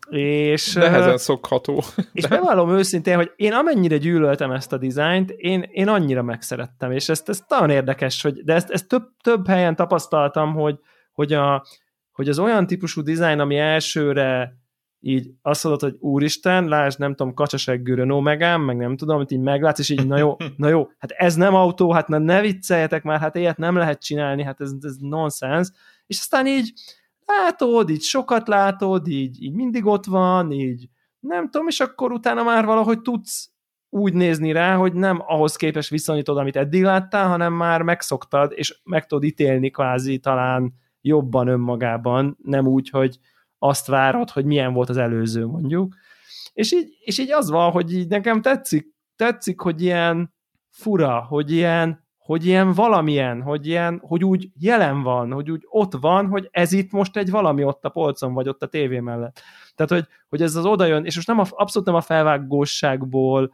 És nehezen szokható. És bevallom őszintén, hogy én amennyire gyűlöltem ezt a dizájnt, én annyira megszerettem, és ez nagyon érdekes, de ezt több helyen tapasztaltam, hogy az olyan típusú dizájn, ami elsőre így azt mondod, hogy úristen, lásd, nem tudom, kacsaseggű Renault Megane, meg nem tudom, amit így meglátsz, és így na jó, hát ez nem autó, hát ne vicceljetek már, hát ilyet nem lehet csinálni, hát ez nonsens, és aztán így látod, így sokat látod, így mindig ott van, így nem tudom, és akkor utána már valahogy tudsz úgy nézni rá, hogy nem ahhoz képest viszonyítod, amit eddig láttál, hanem már megszoktad, és meg tudod ítélni kvázi talán jobban önmagában, nem úgy, hogy azt várod, hogy milyen volt az előző, mondjuk. És így az van, hogy így nekem tetszik, hogy ilyen fura, hogy ilyen valamilyen, hogy úgy jelen van, hogy úgy ott van, hogy ez itt most egy valami ott a polcon, vagy ott a tévé mellett. Tehát, hogy ez az odajön, és most abszolút nem a felvágóságból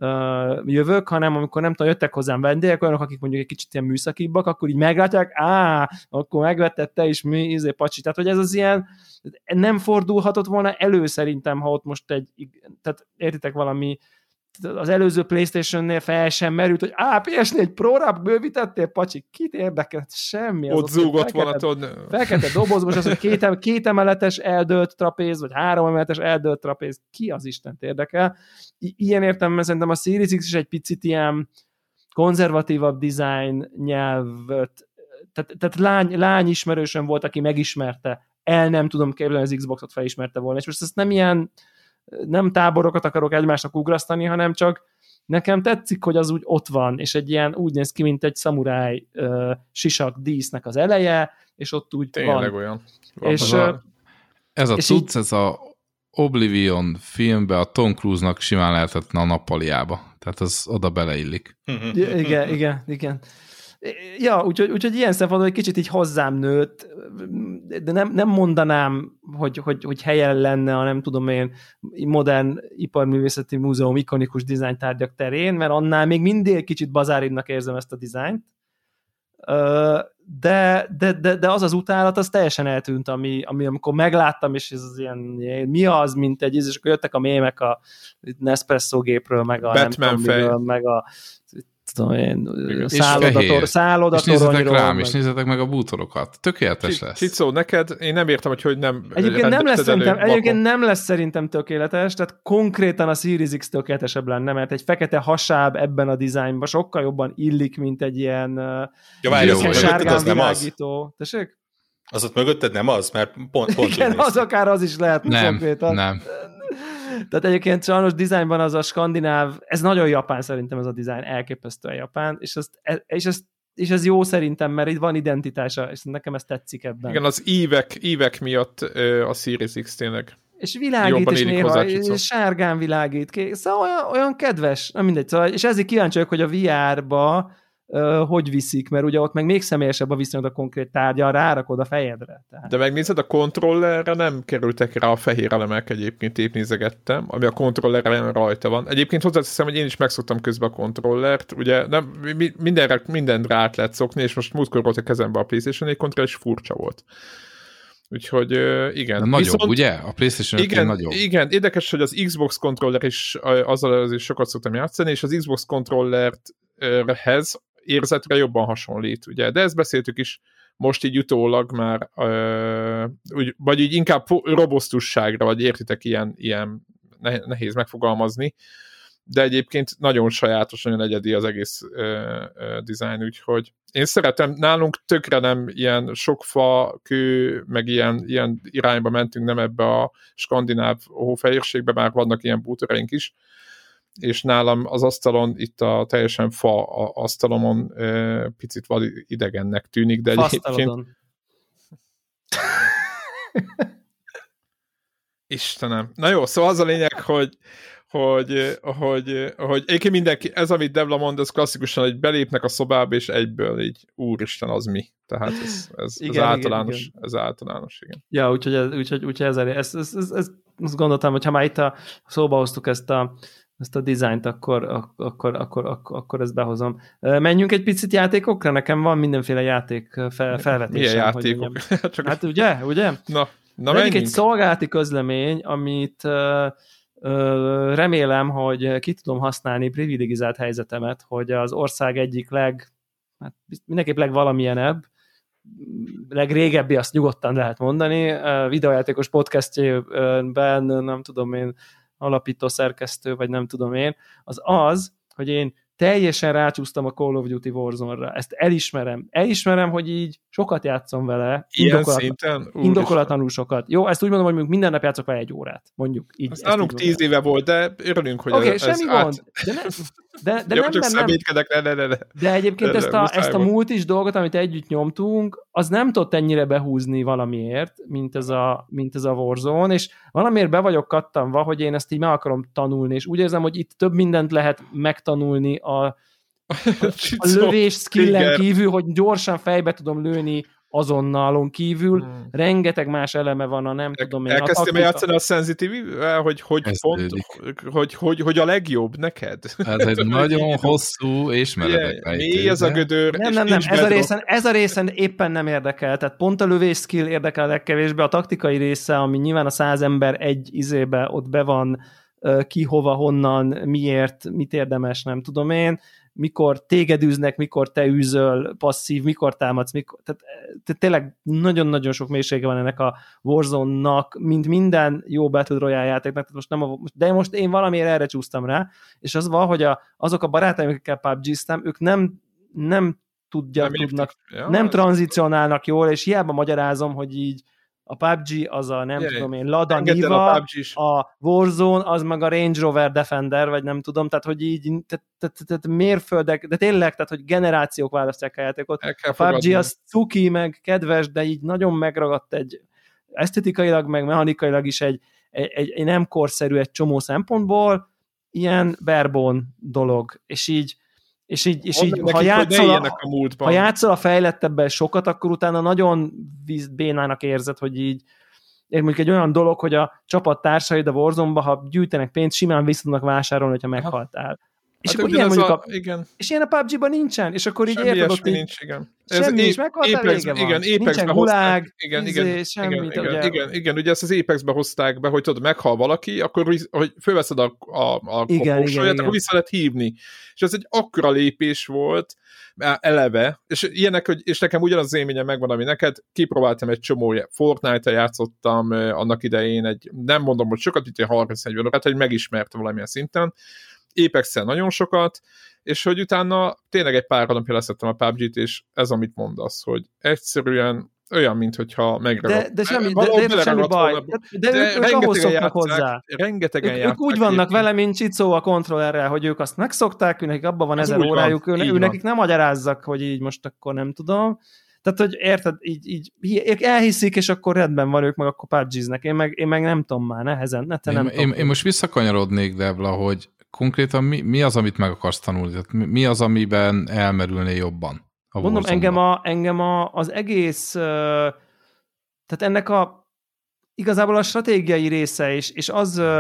jövök, hanem amikor nem tudom, jöttek hozzám vendégek, olyanok, akik mondjuk egy kicsit ilyen műszakibbak, akkor így meglátják, akkor megvetted te is pacsi. Tehát, hogy ez az ilyen, nem fordulhatott volna elő szerintem, ha ott most tehát értitek valami az előző PlayStation-nél fel sem merült, hogy PS4 Pro-ra bővítettél, pacsi, kit érdekelt? Semmi. Ott zúgott volna, fekete doboz, most az, hogy két emeletes eldőlt trapéz, vagy 3 emeletes eldőlt trapéz, ki az Istent érdekel? Ilyen értelemben szerintem a Series X is egy picit ilyen konzervatívabb design nyelvet, tehát lány ismerősöm volt, aki megismerte, nem tudom képzelni, az Xboxot felismerte volna, és most ezt nem táborokat akarok egymásnak ugrasztani, hanem csak nekem tetszik, hogy az úgy ott van, és egy ilyen úgy néz ki, mint egy szamuráj sisak dísznek az eleje, és ott úgy tényleg van. Olyan. És, ez a cucc, ez a Oblivion filmbe a Tom Cruise-nak simán lehetetlen a nappaliába. Tehát az oda beleillik. Igen. Ja, úgyhogy ilyen szempontból egy kicsit így hozzám nőtt, de nem mondanám, hogy helyen lenne a nem tudom én modern iparművészeti múzeum ikonikus dizájntárgyak terén, mert annál még mindig kicsit bazáribbnak érzem ezt a dizájnt. De az utálat, az teljesen eltűnt, ami amikor megláttam, és ez az ilyen, mi az, mint egy, és akkor jöttek a mémek a Nespresso gépről, meg a Batman miről, meg a szállodatoronyról. És nézzetek rám, és nézzetek meg a bútorokat. Tökéletes lesz. Csicó, neked, én nem értem, hogy nem... Egyébként nem lesz szerintem tökéletes, tehát konkrétan a Series X tökéletesebb lenne, mert egy fekete hasáb ebben a dizájnban sokkal jobban illik, mint egy ilyen sárgán világító. Tessék? Az ott mögötted nem az? Mert pont igen, az akár az is lehet. Nem. Tehát egyébként sajnos dizájnban az a skandináv, ez nagyon japán szerintem ez a dizájn, elképesztően japán, és ez jó szerintem, mert itt van identitása, és nekem ez tetszik ebben. Igen, az évek miatt a Series X tényleg. És világít, és néha sárgán világít, szóval olyan kedves, nem mindegy, szóval, és ezért kíváncsi vagyok, hogy a VR-ba hogy viszik, mert ugye ott meg még személyesebb a viszonyod a konkrét tárgyal, rárakod a fejedre. Tehát. De megnézed, a kontrollerre nem kerültek rá a fehér elemek, egyébként épp nézegettem, ami a kontrollerre rajta van. Egyébként hozzáteszem, hogy én is megszoktam közben a kontrollert, ugye nem, mindenre át lehet szokni, és most múltkor volt a kezembe a PlayStation 4 kontroller, és furcsa volt. Úgyhogy igen. De nagyobb, ugye? A PlayStation 5 nagyobb. Igen, érdekes, hogy az Xbox controller is, azzal azért sokat szoktam játszani, és az Xbox controllerhez érzetre jobban hasonlít, ugye? De ezt beszéltük is most így utólag már, vagy így inkább robosztusságra, vagy értitek, ilyen nehéz megfogalmazni, de egyébként nagyon sajátos, nagyon egyedi az egész design, úgyhogy én szeretem, nálunk tökre nem ilyen sok fa, kő, meg ilyen irányba mentünk, nem ebbe a skandináv hófehérségbe, már vannak ilyen bútoraink is, és nálam az asztalon, itt a teljesen fa asztalomon picit idegennek tűnik, de egyébként... Istenem. Na jó, szóval az a lényeg, hogy egyébként mindenki, ez amit Devla mond, ez klasszikusan, hogy belépnek a szobába, és egyből így, úristen, az mi? Tehát ez általános, igen. Ez általános, igen. Ja, úgyhogy ezt gondoltam, hogy ha már itt szóba hoztuk ezt a dizájnt, akkor ezt behozom. Menjünk egy picit játékokra? Nekem van mindenféle játék felvetésem. Milyen játékok? Hát ugye? Na menjünk. Egy szolgálati közlemény, amit remélem, hogy ki tudom használni privilegizált helyzetemet, hogy az ország egyik mindenképp legvalamilyenebb, legrégebbi, azt nyugodtan lehet mondani, videójátékos podcastjében, nem tudom én, alapító szerkesztő, vagy nem tudom én, az, hogy én teljesen rácsúsztam a Call of Duty Warzone-ra. Ezt elismerem. Elismerem, hogy így sokat játszom vele. Indokolatlanul sokat. Jó, ezt úgy mondom, hogy minden nap játszok vele 1 órát. Mondjuk így. Azt nálunk 10 éve volt, de örülünk, hogy ez semmi gond. De jó, nem. De egyébként ezt a multis dolgot, amit együtt nyomtunk, az nem tudott ennyire behúzni valamiért, mint ez a Warzone, és valamiért be vagyok kattanva, hogy én ezt így meg akarom tanulni, és úgy érzem, hogy itt több mindent lehet megtanulni a lövés skillen kívül, hogy gyorsan fejbe tudom lőni azonnalon kívül, rengeteg más eleme van, a nem tudom én. Elkezdtem játszani a Sensitive-vel, hogy a legjobb neked? Ez egy nagyon hosszú és meredek. Mi ez a gödör? Nem, ez a részen éppen nem érdekel, tehát pont a lövés skill érdekel legkevésbé, a taktikai része, ami nyilván a 100 ember egy izébe ott be van ki, hova, honnan, miért, mit érdemes, nem tudom én, mikor téged űznek, mikor te űzöl passzív, mikor támadsz, tehát tényleg nagyon-nagyon sok mélysége van ennek a Warzone-nak, mint minden jó Battle Royale játéknak, de most én valamiért erre csúsztam rá, és az van, hogy azok a barátaim, akikkel PUBG-ztem, ők nem tudnak, nem tranzicionálnak jól, és hiába magyarázom, hogy így a PUBG az a nem tudom én, Lada Niva, a Warzone az meg a Range Rover Defender, vagy nem tudom, tehát hogy így tehát mérföldek, de tényleg, tehát hogy generációk választják a játékot. A PUBG az cuki, meg kedves, de így nagyon megragadt egy esztetikailag, meg mechanikailag is egy nem korszerű egy csomó szempontból, ilyen barebone dolog, és így ha játszol a fejlettebben sokat, akkor utána nagyon bénának érzed, hogy így mondjuk egy olyan dolog, hogy a csapattársaid a Warzone-ba, ha gyűjtenek pénzt, simán vissza tudnak vásárolni, hogyha meghaltál. És hát akkor ilyen mondjuk és ilyen a PUBG-ban nincsen, és akkor így érted ott nincs, igen. Semmi, és meghaltál, vége van. Igen, nincsen gulág, igen, ugye ezt az Apex-be hozták be, hogy tudod, meghal valaki, akkor hogy fölveszed a kopósaját, akkor vissza lehet hívni. És ez egy akkora lépés volt, eleve, és nekem ugyanaz az élményem megvan, ami neked, kipróbáltam egy csomó Fortnite-ta játszottam annak idején, nem mondom, hogy sokat, itt 30-40 órát, hogy megismertem valamilyen szinten, Apex-el nagyon sokat, és hogy utána tényleg egy pár napja leszettem a PUBG-t, és ez, amit mondasz, hogy egyszerűen olyan, mintha megragadt. De semmi baj. De ők ahhoz szoknak hozzá. Rengetegen játszák. Ők úgy vannak vele, mint Csicó a kontrollerrel, hogy ők azt megszokták, nekik abban van 1000 órájuk, nekik nem magyarázzak, hogy így most akkor nem tudom. Tehát, hogy érted, így elhiszik, és akkor rendben van, ők meg akkor PUBG-znek. Én meg nem tudom már, nehezen. Én most visszakanyarodnék, Debla, hogy konkrétan mi az, amit meg akarsz tanulni? Tehát mi az, amiben elmerülné jobban? Mondom, engem az egész, tehát ennek igazából a stratégiai része is, és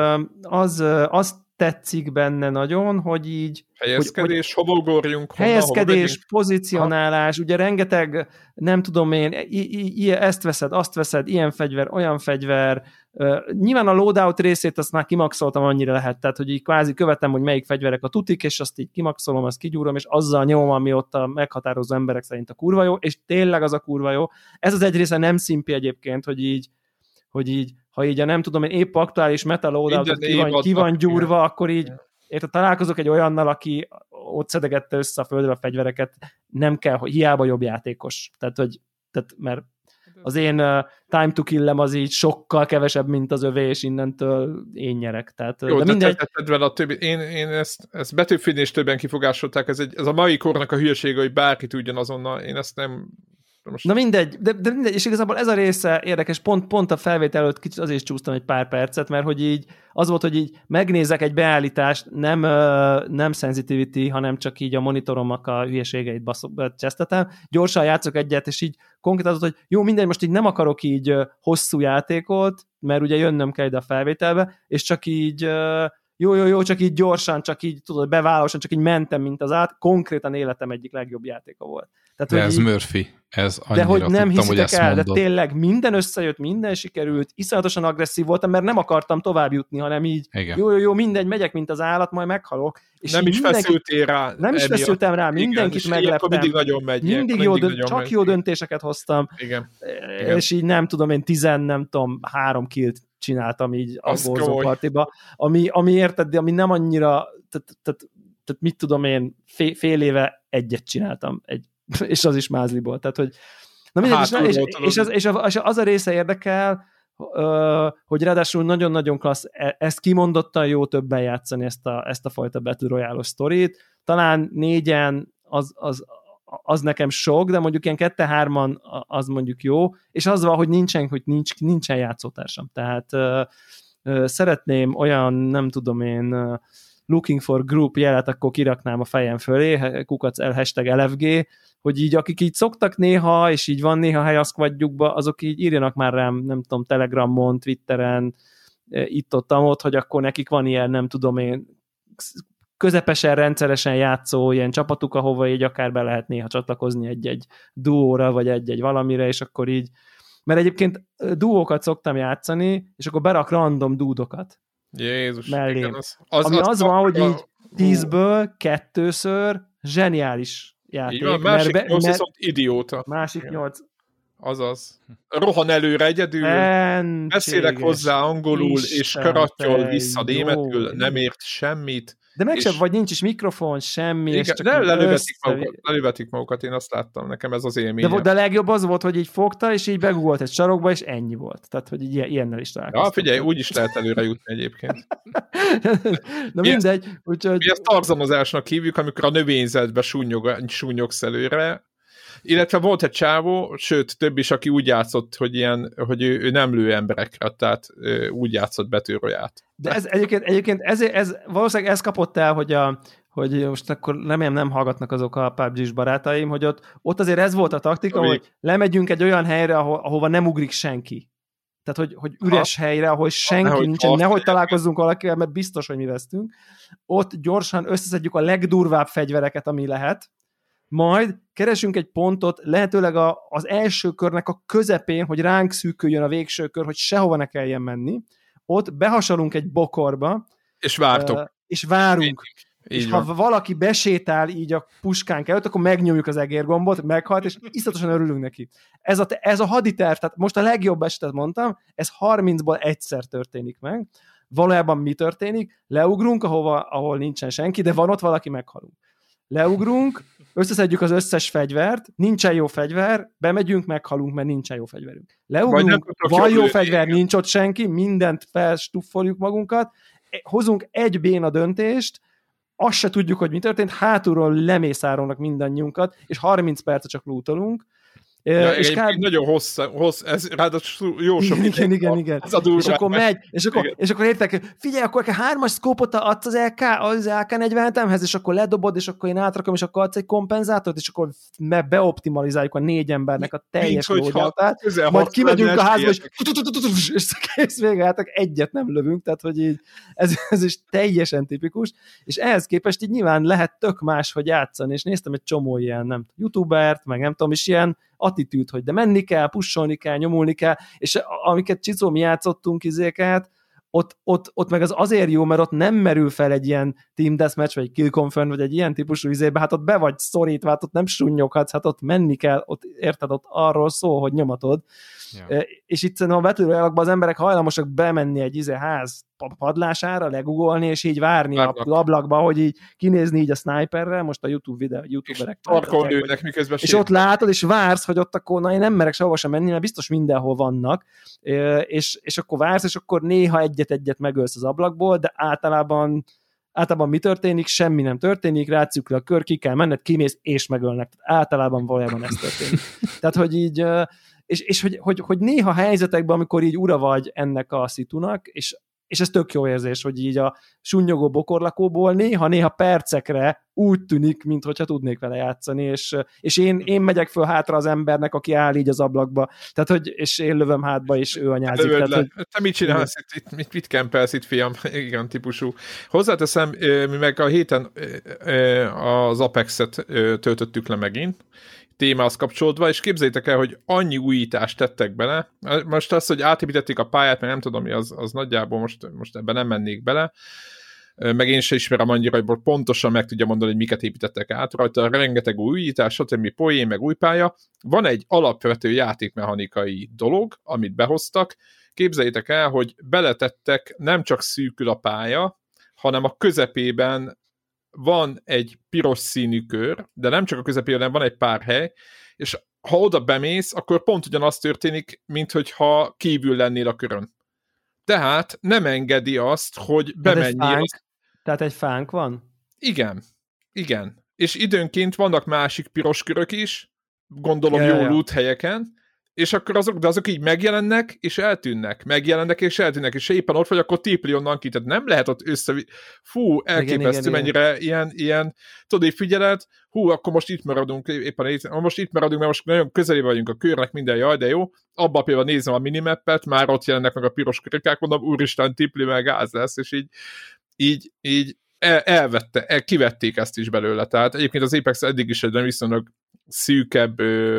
az tetszik benne nagyon, hogy így... Helyezkedés, hova ugorjunk? Helyezkedés, pozícionálás, ugye rengeteg, nem tudom én, ezt veszed, azt veszed, ilyen fegyver, olyan fegyver. Nyilván a loadout részét azt már kimaxoltam, annyira lehet, tehát hogy így kvázi követem, hogy melyik fegyverek a tutik, és azt így kimaxolom, azt kigyúrom, és azzal nyomom, ami ott a meghatározó emberek szerint a kurva jó, és tényleg az a kurva jó. Ez az egy része nem szimpi egyébként, hogy így ha így a nem tudom én épp aktuális meta loadout ki van gyúrva, akkor így érted, találkozok egy olyannal, aki ott szedegette össze a földre a fegyvereket, nem kell, hogy hiába jobb játékos. Tehát mert az én time to kill-em az így sokkal kevesebb, mint az övé, és innentől én nyerek. Tehát, jó, de mindegy. Vele a többi. Én ezt Battlefield is többen kifogásolták, ez a mai kornak a hülyesége, hogy bárki tudjon azonnal, én ezt nem... Most... Na mindegy, de mindegy, és igazából ez a része érdekes, pont a felvétel előtt kicsit azért is csúsztam egy pár percet, mert hogy így az volt, hogy így megnézek egy beállítást, nem sensitivity, hanem csak így a monitoromnak a hülyeségeit csesztetem, gyorsan játszok egyet, és így konkrétan az volt, hogy jó, mindegy, most így nem akarok így hosszú játékot, mert ugye jönnöm kell ide a felvételbe, és csak így jó, csak így gyorsan, csak így tudod, bevállalósan, csak így mentem, mint az konkrétan életem egyik legjobb játéka volt. Tehát, de ez így, Murphy, ez annyira de hogy nem tudtam, hogy ezt el, mondod. De tényleg minden összejött, minden sikerült, iszonyatosan agresszív voltam, mert nem akartam tovább jutni, hanem így, jó, mindegy, megyek, mint az állat, majd meghalok. És nem is feszültél rá. Nem is feszültem rá, mindenkit megleptem. Mindig nagyon megy. Mindig csak jó döntéseket hoztam. Igen. És így nem tudom, én 3 killt csináltam így a Warzone partiba, ami érted, de ami nem annyira, tehát mit tudom én, fél éve egyet csináltam, és az is mázliból, tehát hogy na mindegy, és az a része érdekel, hogy ráadásul nagyon-nagyon klassz, ezt kimondottan jó többen játszani ezt a fajta Battle Royale-os sztorit, talán 4-en az nekem sok, de mondjuk ilyen 2-3-an az mondjuk jó, és az van, hogy nincsen játszótársam, tehát szeretném olyan, nem tudom én, looking for group jelet, akkor kiraknám a fejem fölé, #LFG, hogy így akik így szoktak néha, és így van néha hely a squadjukba, azok így írjanak már rám, nem tudom, Telegramon, Twitteren, itt-ott, hogy akkor nekik van ilyen, nem tudom én, közepesen, rendszeresen játszó ilyen csapatuk, ahova így akár be lehet néha csatlakozni egy duóra, vagy egy valamire, és akkor így, mert egyébként duókat szoktam játszani, és akkor berak random dúdokat. Jézus, mellém. Igen, ami az van, hogy így 10-ből 2-ször zseniális játék. Így van, másik 8 viszont idióta. Másik 8. Azaz. Rohan előre egyedül, beszélek hozzá angolul, és karattyol vissza németül, nem ért semmit. De meg sem, vagy nincs is mikrofon, semmi. Igen, és csak de lelövetik magukat, én azt láttam, nekem ez az élményem. De legjobb az volt, hogy így fogta, és így beguggolt egy sarokba, és ennyi volt. Tehát, hogy így ilyennel is találkoztam. Ja, figyelj, úgy is lehet előre jutni egyébként. Na mindegy. Úgyhogy... Mi ezt tarzanozásnak hívjuk, amikor a növényzetbe súnyogsz előre, illetve volt egy csávó, sőt, több is, aki úgy játszott, hogy ő nem lő emberekre, tehát úgy játszott betűrőját. De ez egyébként ez valószínűleg ez kapott el, hogy most akkor nem hallgatnak azok a PUBG-s barátaim, hogy ott azért ez volt a taktika, hogy lemegyünk egy olyan helyre, ahova nem ugrik senki. Tehát, hogy üres helyre, ahol senki nincsen, nehogy találkozzunk valakivel, mert biztos, hogy mi vesztünk. Ott gyorsan összeszedjük a legdurvább fegyvereket, ami lehet, majd keresünk egy pontot, lehetőleg az első körnek a közepén, hogy ránk szűküljön a végső kör, hogy sehova ne kelljen menni. Ott behasalunk egy bokorba, és vártok. És várunk. Így és van. ha valaki besétál így a puskánk előtt, akkor megnyomjuk az egérgombot, meghalt, és iszonyatosan örülünk neki. Ez a haditerv, tehát most a legjobb esetet mondtam, ez 30-ból egyszer történik meg. Valójában mi történik? Leugrunk, ahol nincsen senki, de van ott valaki, meghalunk. Leugrunk, összeszedjük az összes fegyvert, nincsen jó fegyver, bemegyünk, meghalunk, mert nincsen jó fegyverünk. Leugrunk, van jó fegyver, nincs ott senki, mindent felstuffoljuk magunkat, hozunk egy béna döntést, azt se tudjuk, hogy mi történt, hátulról lemészárolnak mindannyiunkat, és 30 percet csak lootolunk. Ja, és nagyon hossz, ez ráadásul jó sok igen. És akkor megy, és akkor értek, figyelj, akkor 3-as szkópot adsz az AK-40-emhez, és akkor ledobod, és akkor én átrakom, és akkor adsz egy kompenzátort, és akkor beoptimalizáljuk a 4 embernek a teljes loadoutát, majd kimegyünk a házba, és kész vége, hát egyet nem lövünk, tehát hogy így ez is teljesen tipikus, és ehhez képest így nyilván lehet tök máshogy játszani, és néztem egy csomó ilyen, nem youtubert, meg nem tudom, is ilyen attitűd, hogy de menni kell, pusolni kell, nyomulni kell, és amiket Csicó, mi játszottunk izéket, ott meg az azért jó, mert ott nem merül fel egy ilyen team deathmatch, vagy kill confirm, vagy egy ilyen típusú izébe, hát ott be vagy szorítva, hát ott nem sunnyoghatsz, hát ott menni kell, ott érted, ott arról szól, hogy nyomatod. Ja. És itt szerintem a betűrőjelakban az emberek hajlamosak bemenni egy ház padlására, legugolni, és így várni a ablakba, hogy így kinézni így a sniperrel, most a youtuberek. És ott látod, és vársz, hogy ott akkor, én nem merek sehova sem menni, mert biztos mindenhol vannak, és akkor vársz, és akkor néha egyet megölsz az ablakból, de általában mi történik? Semmi nem történik, rátszük a kör, ki kell menned, kimész, és megölnek. Általában valójában ez történik. Tehát, hogy így, és hogy néha helyzetekben, amikor így ura vagy ennek a szitunak, és ez tök jó érzés, hogy így a sunnyogó bokorlakóból néha percekre úgy tűnik, mintha tudnék vele játszani, és én megyek föl hátra az embernek, aki áll így az ablakba, tehát, hogy, és én lövöm hátba, és ő anyázik. Tehát, hogy... Te mit csinálsz mit kempelsz itt, fiam? Igen, típusú. Hozzáteszem, mi meg a héten az Apex-et töltöttük le megint, témához kapcsolódva, és képzeljétek el, hogy annyi újítást tettek bele. Most az, hogy átépítették a pályát, mert nem tudom mi, az nagyjából most ebben nem mennék bele, meg én sem ismerem annyira, hogy pontosan meg tudja mondani, hogy miket építettek át rajta, rengeteg új újítás, stb. Poén, meg új pálya. Van egy alapvető játékmechanikai dolog, amit behoztak. Képzeljétek el, hogy beletettek, nem csak szűkül a pálya, hanem a közepében van egy piros színű kör, de nem csak a közepében, hanem van egy pár hely, és ha oda bemész, akkor pont ugyanaz történik, mint hogyha kívül lennél a körön. Tehát nem engedi azt, hogy bemenjél. Tehát egy fánk van? Igen. És időnként vannak másik piros körök is, gondolom jó loot helyeken, és akkor azok így megjelennek, és eltűnnek. És éppen ott vagy, akkor tépli onnan ki. Tehát nem lehet ott Fú, elképesztő, mennyire ilyen tudod, így figyeled, akkor most itt maradunk, mert most nagyon közelében vagyunk a körnek, minden jaj, de jó. Abban például nézem a minimappet, már ott jelennek meg a piros körökák, mondom, úristen, tipli, meg gáz lesz, és így kivették ezt is belőle. Tehát egyébként az Apex eddig is egy viszonylag szűkebb,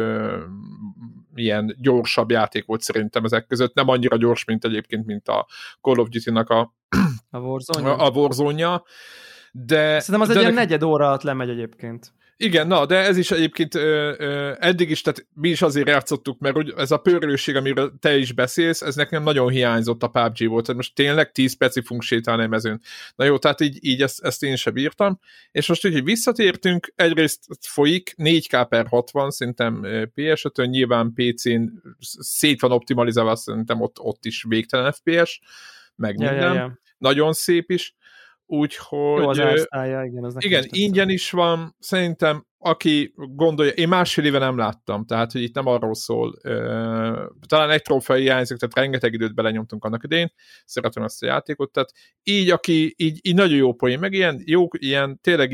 ilyen gyorsabb játék volt szerintem ezek között. Nem annyira gyors, mint egyébként, mint a Call of Duty-nak A Warzone? A Warzone-ja, de... Szerintem az egy ilyen negyed óra alatt lemegy egyébként. Igen, na, de ez is egyébként eddig is, tehát mi is azért játszottuk, mert ez a pörrőség, amiről te is beszélsz, ez nekem nagyon hiányzott a PUBG volt, tehát most tényleg 10 percig fogunk sétálni a mezőn. Na jó, tehát így ezt én sem bírtam, és most így visszatértünk, egyrészt folyik 4K/60, szerintem PS5-ön, nyilván PC-n szét van optimalizálva, szerintem ott is végtelen FPS, meg minden. Nagyon szép is. Úgyhogy... Jó az ársztálja, igen. Ingyen is van, szerintem aki gondolja, én másfél éve nem láttam, tehát hogy itt nem arról szól, talán egy trófea hiányzik, tehát rengeteg időt belenyomtunk annak idején, szeretem ezt a játékot, tehát így, aki így nagyon jó poén, meg tényleg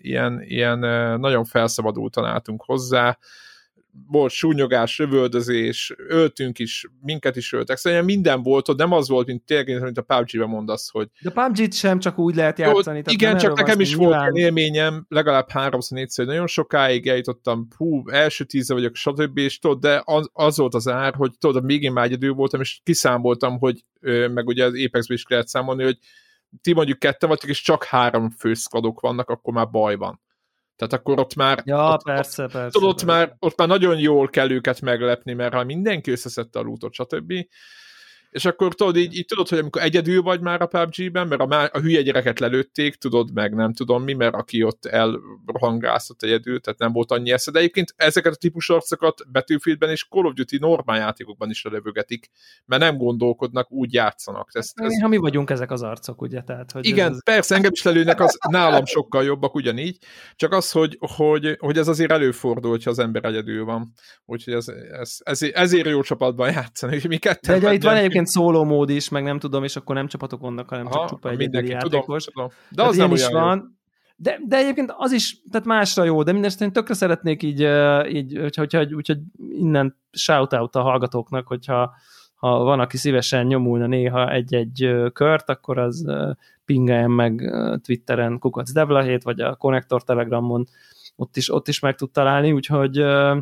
ilyen nagyon felszabadultan álltunk hozzá, volt súnyogás, rövöldözés, öltünk is, minket is öltek, szóval minden volt ott, nem az volt, mint tényleg, mint a PUBG-ben mondasz, hogy... De PUBG-t sem csak úgy lehet játszani. Igen, csak nekem is volt olyan élményem, legalább 3-4-szer, nagyon sokáig eljutottam, első 10 vagyok, stb. És tudod, de az volt az ár, hogy tudod, még én már egyedül voltam, és kiszámoltam, hogy meg ugye az Apexben is lehet számolni, hogy ti mondjuk 2 vagytok, és csak 3 főszkladok vannak, akkor már baj van. Tehát akkor ott már... Ja, persze. Ott már nagyon jól kell őket meglepni, mert ha mindenki összeszedte a lootot, stb. És akkor tudod, így tudod, hogy amikor egyedül vagy már a PUBG-ben, mert a hülye gyereket lelőtték, tudod meg, nem tudom mi, mert aki ott elrohangászott egyedül, tehát nem volt annyi esze. De egyébként ezeket a típus arcokat Battlefieldben és Call of Duty normál játékokban is lelövögetik, mert nem gondolkodnak, úgy játszanak. Ha mi vagyunk ezek az arcok, ugye? Tehát, hogy igen, persze, engem is lelőnek, az nálam sokkal jobbak ugyanígy, csak az, hogy ez azért előfordul, hogyha az ember egyedül van. Úgyhogy ezért jó csapatban játszani, hogy mi ketten. De itt van egyébként szóló mód is, meg nem tudom, és akkor nem csapatok vannak, hanem csak csupa egyedüli játékos. Tudom. De az nem olyan van. De egyébként az is, tehát másra jó, de mindenesetre én tökre szeretnék így úgyhogy innen shout-out a hallgatóknak, hogyha van, aki szívesen nyomulna néha egy kört, akkor az pingeljen meg Twitteren @devla7, vagy a Connector Telegramon, ott is meg tud találni, úgyhogy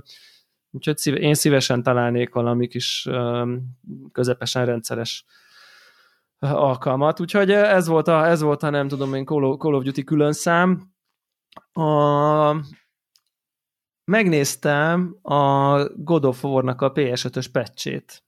én szívesen találnék valami kis közepesen rendszeres alkalmat. Úgyhogy ez volt a nem tudom én Call of Duty külön szám. Megnéztem a God of War-nak a PS5-ös patch-ét.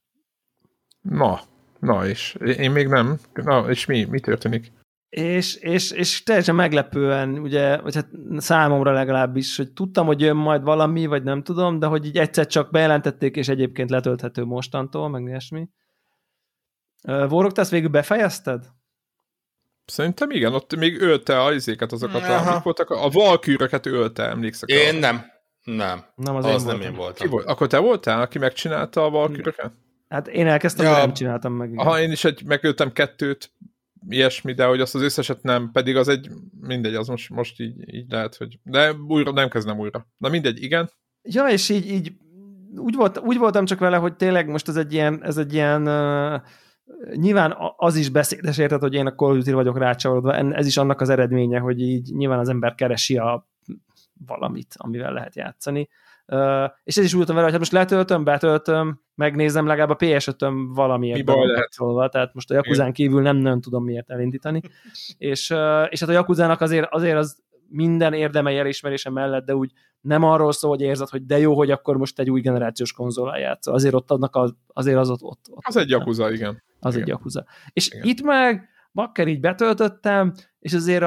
Na és én még nem. Na, és mi történik? És teljesen meglepően, ugye, vagy hát számomra legalábbis, hogy tudtam, hogy jön majd valami, vagy nem tudom, de hogy így egyszer csak bejelentették, és egyébként letölthető mostantól, meg ilyesmi. Vorog, te ezt végül befejezted? Szerintem igen, ott még ölte azokat, a valkűröket ölte, emlékszek. Én nem. Az nem én voltam. Akkor te voltál, aki megcsinálta a valkűröket? Hát én elkezdtem, de nem csináltam meg. Igen. Aha, én is megöltem 2, ilyesmi, de hogy azt az összeset nem, pedig az mindegy, az most így lehet, hogy... De újra, nem kezdem újra. Na mindegy, igen. Ja, és így úgy voltam csak vele, hogy tényleg most ez egy ilyen nyilván az is beszédes, érted, hogy én a Call of Duty vagyok rácsavarodva, ez is annak az eredménye, hogy így nyilván az ember keresi valamit, amivel lehet játszani. És ez is úgy voltam vele, hogy hát most betöltöm, megnézem, legalább a PS5-öm valamiért bekapcsolva, tehát most a Yakuzán kívül nem tudom miért elindítani. és hát a Yakuzának azért az minden érdemei elismerése mellett, de úgy nem arról szól, hogy érzed, hogy de jó, hogy akkor most egy új generációs konzolán játszol. Azért ott azért az ott. Az egy Yakuza, igen. Az egy Yakuza. És igen. Itt meg bakker így betöltöttem, és azért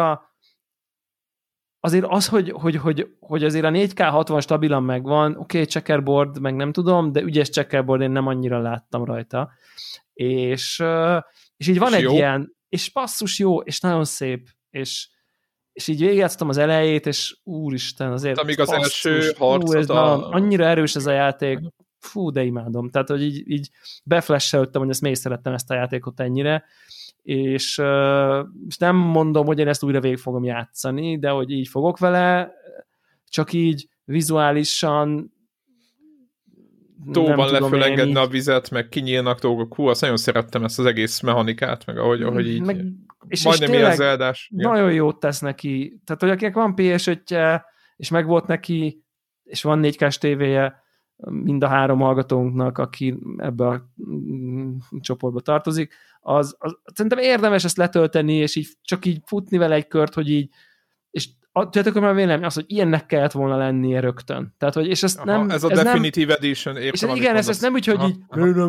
az, hogy azért a 4K 60 stabilan megvan, oké, checkerboard, meg nem tudom, de ügyes checkerboard én nem annyira láttam rajta. És így van egy jó. Ilyen, és passzus jó, és nagyon szép, és így végigjátszottam az elejét, és úristen, azért amíg az első harcot annyira erős ez a játék, fú, de imádom. Tehát, hogy így beflashelődtem, hogy ezt még szerettem ezt a játékot ennyire, és nem mondom, hogy én ezt újra végig fogom játszani, de hogy így fogok vele, csak így vizuálisan tóban lefölengedni a vizet, meg kinyílnak dolgok. Hú, azt nagyon szerettem ezt az egész mechanikát, meg ahogy így majdnem ilyen Zeldás. Nagyon jót tesz neki. Tehát, hogy akinek van PS5-je, és meg volt neki, és van 4K-s tévéje, mind a 3 hallgatónknak, aki ebbe a csoportba tartozik, az szerintem érdemes ezt letölteni, és így csak így futni vele egy kört, hogy így, és tudjátok, hogy véleményem az, hogy ilyennek kellett volna lennie rögtön. Tehát, hogy, és ezt nem... Ez a Definitive Edition, értem, és igen, ezt nem úgy, hogy így,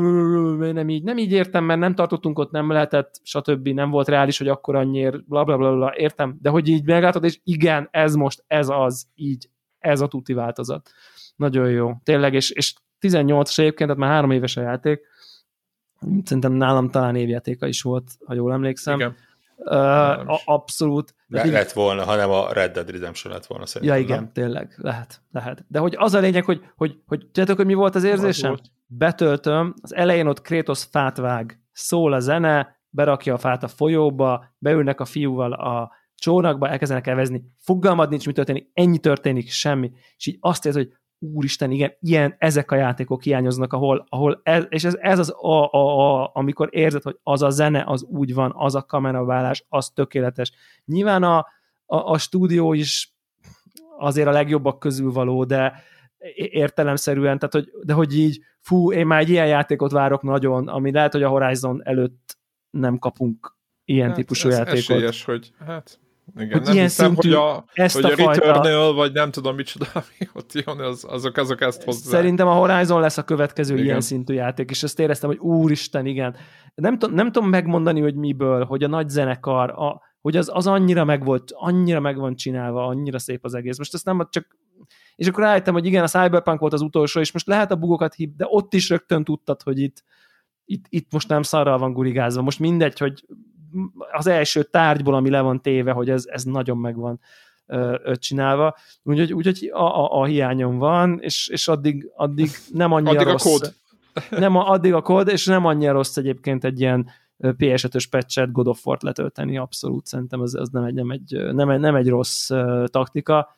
nem így értem, mert nem tartottunk ott, nem lehetett, stb. Nem volt reális, hogy akkor annyiért, blablabla, értem, de hogy így meglátod, és igen, ez most, ez az, így, ez a tuti változat. Nagyon jó. Tényleg, és 18-as egyébként, tehát már 3 éves a játék. Szerintem nálam talán évjátéka is volt, ha jól emlékszem. Igen. Abszolút. Lett volna, hanem a Red Dead Redemption lett volna szerintem. Ja, igen, nem? Tényleg, lehet. De hogy az a lényeg, hogy tudjátok, hogy mi volt az érzésem? Betöltöm, az elején ott Kratos fát vág, szól a zene, berakja a fát a folyóba, beülnek a fiúval a csónakba, elkezdenek elvezni, fogalmad nincs, mi történik, ennyi történik, semmi. És így azt érzed, hogy úristen, igen, ezek a játékok hiányoznak, ahol és ez az amikor érzed, hogy az a zene, az úgy van, az a kameraválás, az tökéletes. Nyilván a stúdió is azért a legjobbak közül való, de értelemszerűen, tehát, hogy így, én már egy ilyen játékot várok nagyon, ami lehet, hogy a Horizon előtt nem kapunk ilyen típusú játékot. Esélyes, hogy igen, hogy nem ilyen hiszem, szintű, hogy a Returnal, vagy nem tudom micsoda, ami ott jön, azok ezt hozzá. Szerintem a Horizon lesz a következő ilyen szintű játék, és ezt éreztem, hogy úristen, igen. Nem tudom megmondani, hogy miből, hogy a nagy zenekar, hogy az annyira meg van csinálva, annyira szép az egész. Most ezt nem csak... És akkor rájöttem, hogy igen, a Cyberpunk volt az utolsó, és most lehet a bugokat de ott is rögtön tudtad, hogy itt most nem szarral van gurigázva. Most mindegy, hogy az első tárgyból, ami le van téve, hogy ez nagyon meg van csinálva. Úgyhogy a hiányom van, és addig nem annyira addig rossz. A kód. Addig a kód, és nem annyira rossz egyébként egy ilyen PS5-ös patchet, God of War-t letölteni, abszolút. Szerintem ez nem egy rossz taktika.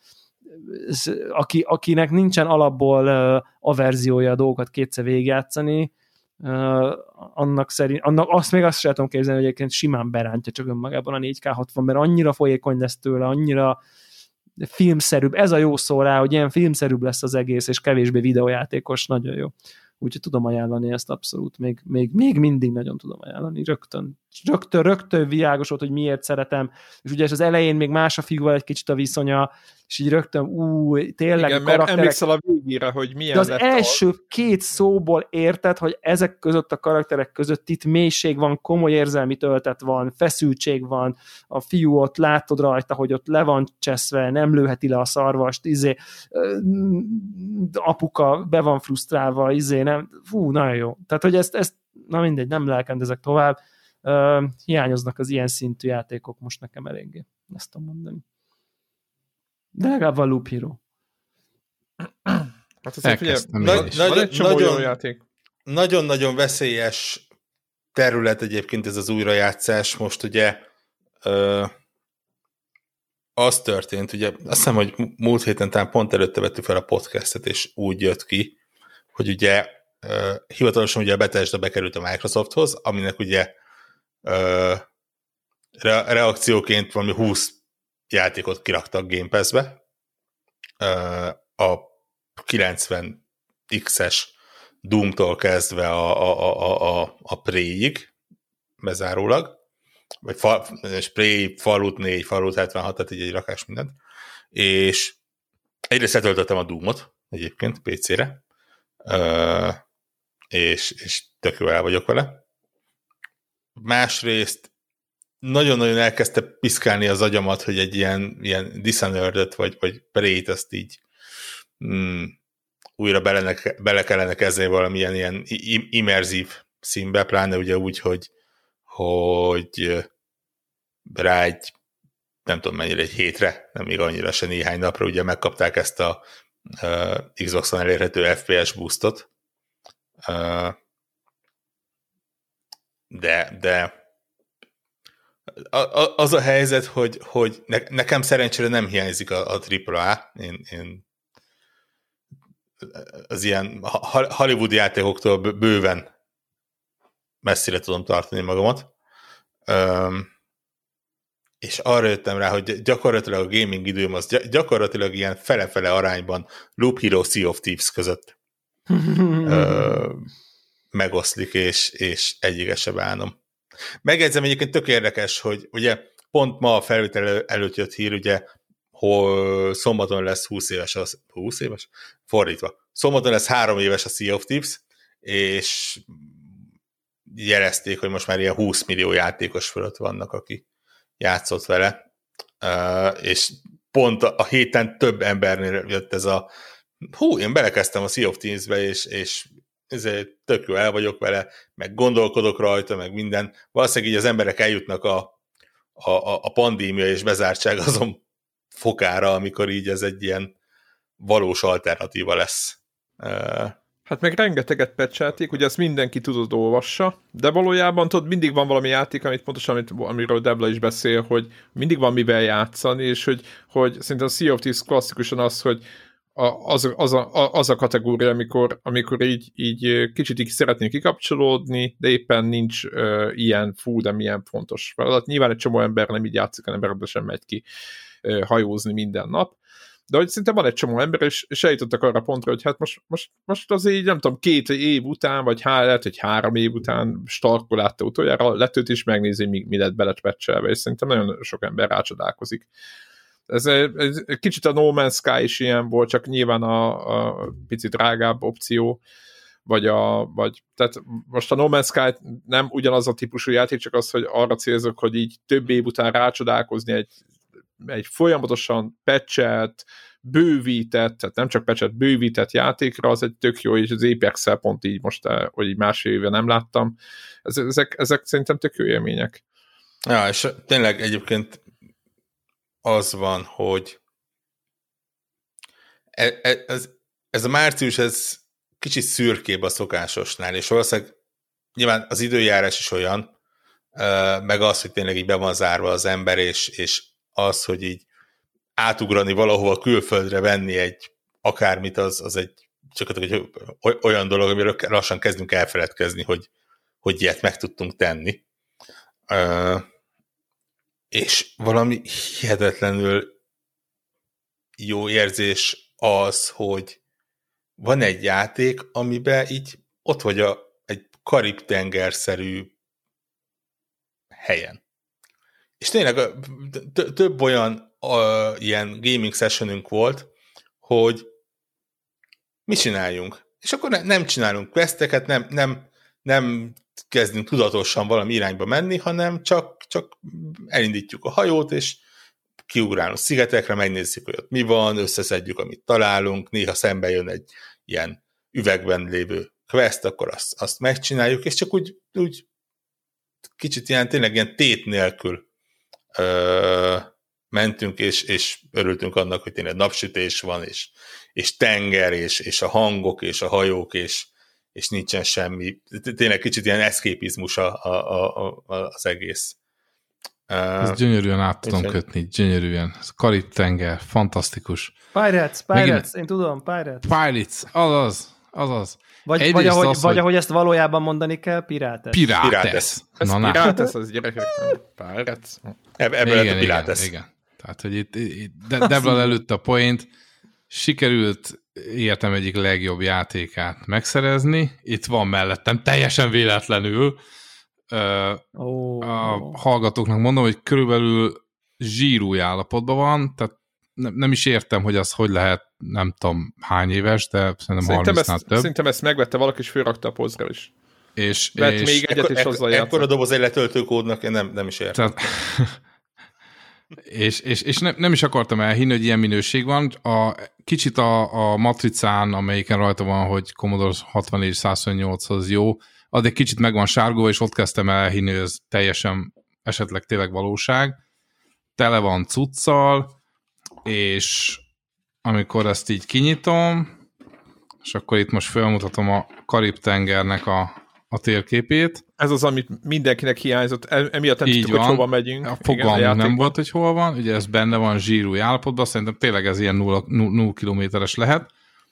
Akinek nincsen alapból averziója a dolgokat kétszer végigjátszani, annak azt sem tudom képzelni, hogy egyébként simán berántja csak önmagában a 4K 60, mert annyira folyékony lesz tőle, annyira filmszerűbb, ez a jó szó rá, hogy ilyen filmszerűbb lesz az egész, és kevésbé videójátékos, nagyon jó. Úgyhogy tudom ajánlani ezt abszolút, még mindig nagyon tudom ajánlani, rögtön világos volt, hogy miért szeretem, és ugye az elején még más a fiúval egy kicsit a viszonya, és így rögtön, tényleg igen, mert emlékszel a végére, hogy milyen de az első 2 szóból érted, hogy ezek között a karakterek között itt mélység van, komoly érzelmi töltet van, feszültség van, a fiú ott látod rajta, hogy ott le van cseszve, nem lőheti le a szarvast, apuka be van frusztrálva, nem, nagyon jó. Tehát, hogy ezt na mindegy, nem lelkendezek tovább, hiányoznak az ilyen szintű játékok most nekem eléggé, ezt tudom mondani. De legalább van Loop Hero. Hát azért figyelj, nagyon veszélyes terület egyébként ez az újrajátszás. Most ugye az történt, ugye azt hiszem, hogy múlt héten talán pont előtte vettük fel a podcastet, és úgy jött ki, hogy ugye hivatalosan ugye a Bethesda bekerült a Microsofthoz, aminek ugye reakcióként valami 20 játékot kiraktak Game Pass-be. A 90X-es Doom-tól kezdve a Prey-ig bezárólag, vagy Prey, Fallout 4, Fallout 76, tehát így egy rakás mindent. És egyrészt letöltöttem a Doom-ot egyébként PC-re, és tök jó el vagyok vele. Másrészt nagyon-nagyon elkezdte piszkálni az agyamat, hogy egy ilyen Dishonored-öt, vagy Prey-t azt így újra bele kellene kezdeni valamilyen ilyen immerzív színbe, pláne ugye úgy, hogy rá egy, nem tudom mennyire, egy hétre, nem még annyira se néhány napra, ugye megkapták ezt a Xboxon elérhető FPS boostot. De az a helyzet, hogy nekem szerencsére nem hiányzik a AAA. Én az ilyen Hollywood játékoktól bőven messzire tudom tartani magamat. És arra jöttem rá, hogy gyakorlatilag a gaming időm az gyakorlatilag ilyen fele-fele arányban Loop Hero, Sea of Thieves között megoszlik, és egyiket se bánom. Megjegyzem egyébként tök érdekes, hogy ugye pont ma a felvétel előtt jött hír, ugye, hogy szombaton lesz 20 éves, 20 éves? Fordítva. Szombaton lesz 3 éves a Sea of Thieves, és jelezték, hogy most már ilyen 20 millió játékos fölött vannak, aki játszott vele, és pont a héten több embernél jött ez a én belekezdtem a Sea of Thieves-be, és ezért tök jó el vagyok vele, meg gondolkodok rajta, meg minden. Valószínűleg így az emberek eljutnak a pandémia és bezártság azon fokára, amikor így ez egy ilyen valós alternatíva lesz. Hát meg rengeteget patchelték, ugye ezt mindenki tudod olvassa, de valójában tudod, mindig van valami játék, amit pontosan, amiről Debla is beszél, hogy mindig van mivel játszani, és hogy szerintem a Sea of Thieves klasszikusan az, hogy az a kategória, amikor így kicsit így szeretnénk kikapcsolódni, de éppen nincs ilyen de milyen fontos feladat. Nyilván egy csomó ember nem így játszik, hanem rendesen megy ki hajózni minden nap. De hogy szinte van egy csomó ember, és eljutottak arra pontra, hogy hát most azért így, nem tudom, 2 év után, vagy lehet, hogy 3 év után Starkból látta utoljára, letőt is megnézi, mi lett beletpecselve, és szerintem nagyon sok ember rácsodálkozik. Ez egy kicsit a No Man's Sky is ilyen volt, csak nyilván a picit drágább opció, tehát most a No Man's Sky nem ugyanaz a típusú játék, csak az, hogy arra célzok, hogy így több év után rácsodálkozni egy folyamatosan patchelt, bővített, tehát nem csak patchelt, bővített játékra, az egy tök jó, és az Apex-el pont így most, hogy így másfél éve nem láttam. Ezek szerintem tök jó élmények. Ja, és tényleg egyébként az van, hogy ez a március, ez kicsit szürkébb a szokásosnál, és valószínűleg nyilván az időjárás is olyan, meg az, hogy tényleg így be van zárva az ember, és az, hogy így átugrani valahova külföldre venni egy akármit, az egy csak egy olyan dolog, amiről lassan kezdünk elfeledkezni, hogy ilyet meg tudtunk tenni. És valami hihetetlenül jó érzés az, hogy van egy játék, amiben így ott vagy egy Karib-tengerszerű helyen. És tényleg több olyan ilyen gaming sessionünk volt, hogy mi csináljunk. És akkor nem csinálunk questeket, nem kezdünk tudatosan valami irányba menni, hanem csak elindítjuk a hajót, és kiugrálunk szigetekre, megnézzük, hogy ott mi van, összeszedjük, amit találunk, néha szembe jön egy ilyen üvegben lévő quest, akkor azt megcsináljuk, és csak úgy kicsit ilyen, tényleg ilyen tét nélkül mentünk, és örültünk annak, hogy tényleg napsütés van, és tenger, és a hangok, és a hajók, és nincsen semmi. Tényleg kicsit ilyen eszképizmus az egész. Ez gyönyörűen át tudom kötni, gyönyörűen. Ez Karib-tenger, fantasztikus. Pirates, én tudom, Pirates, azaz. Vagy ahogy ezt valójában mondani kell, Pirates. Pirates. Pirates, az gyerekek. Pirates. Ebből lett a Pirates. Igen. Tehát, hogy itt Debla előtte a point, sikerült életem egyik legjobb játékát megszerezni. Itt van mellettem, teljesen véletlenül. A hallgatóknak mondom, hogy körülbelül zsírúj állapotban van, tehát nem is értem, hogy az hogy lehet, nem tudom hány éves, de szerintem 30-nál több. Szerintem ezt megvette valaki, és fölrakta a pozra is. És még egyet, és azzal játszott. Ekkor a doboz egy letöltőkódnak, én nem is értem. És nem is akartam elhinni, hogy ilyen minőség van. Kicsit a matricán, amelyiken rajta van, hogy Commodore 64 128-hoz jó, az egy kicsit meg van sárgolva, és ott kezdtem elhinni, hogy ez teljesen esetleg tényleg valóság. Tele van cuccal, és amikor ezt így kinyitom, és akkor itt most felmutatom a Karib-tengernek a térképét. Ez az, amit mindenkinek hiányzott, emiatt nem tudtuk, hogy hova megyünk. A fogalmunk nem volt, hogy hol van, ugye ez benne van zsírúj állapotban, szerintem tényleg ez ilyen 0 kilométeres lehet,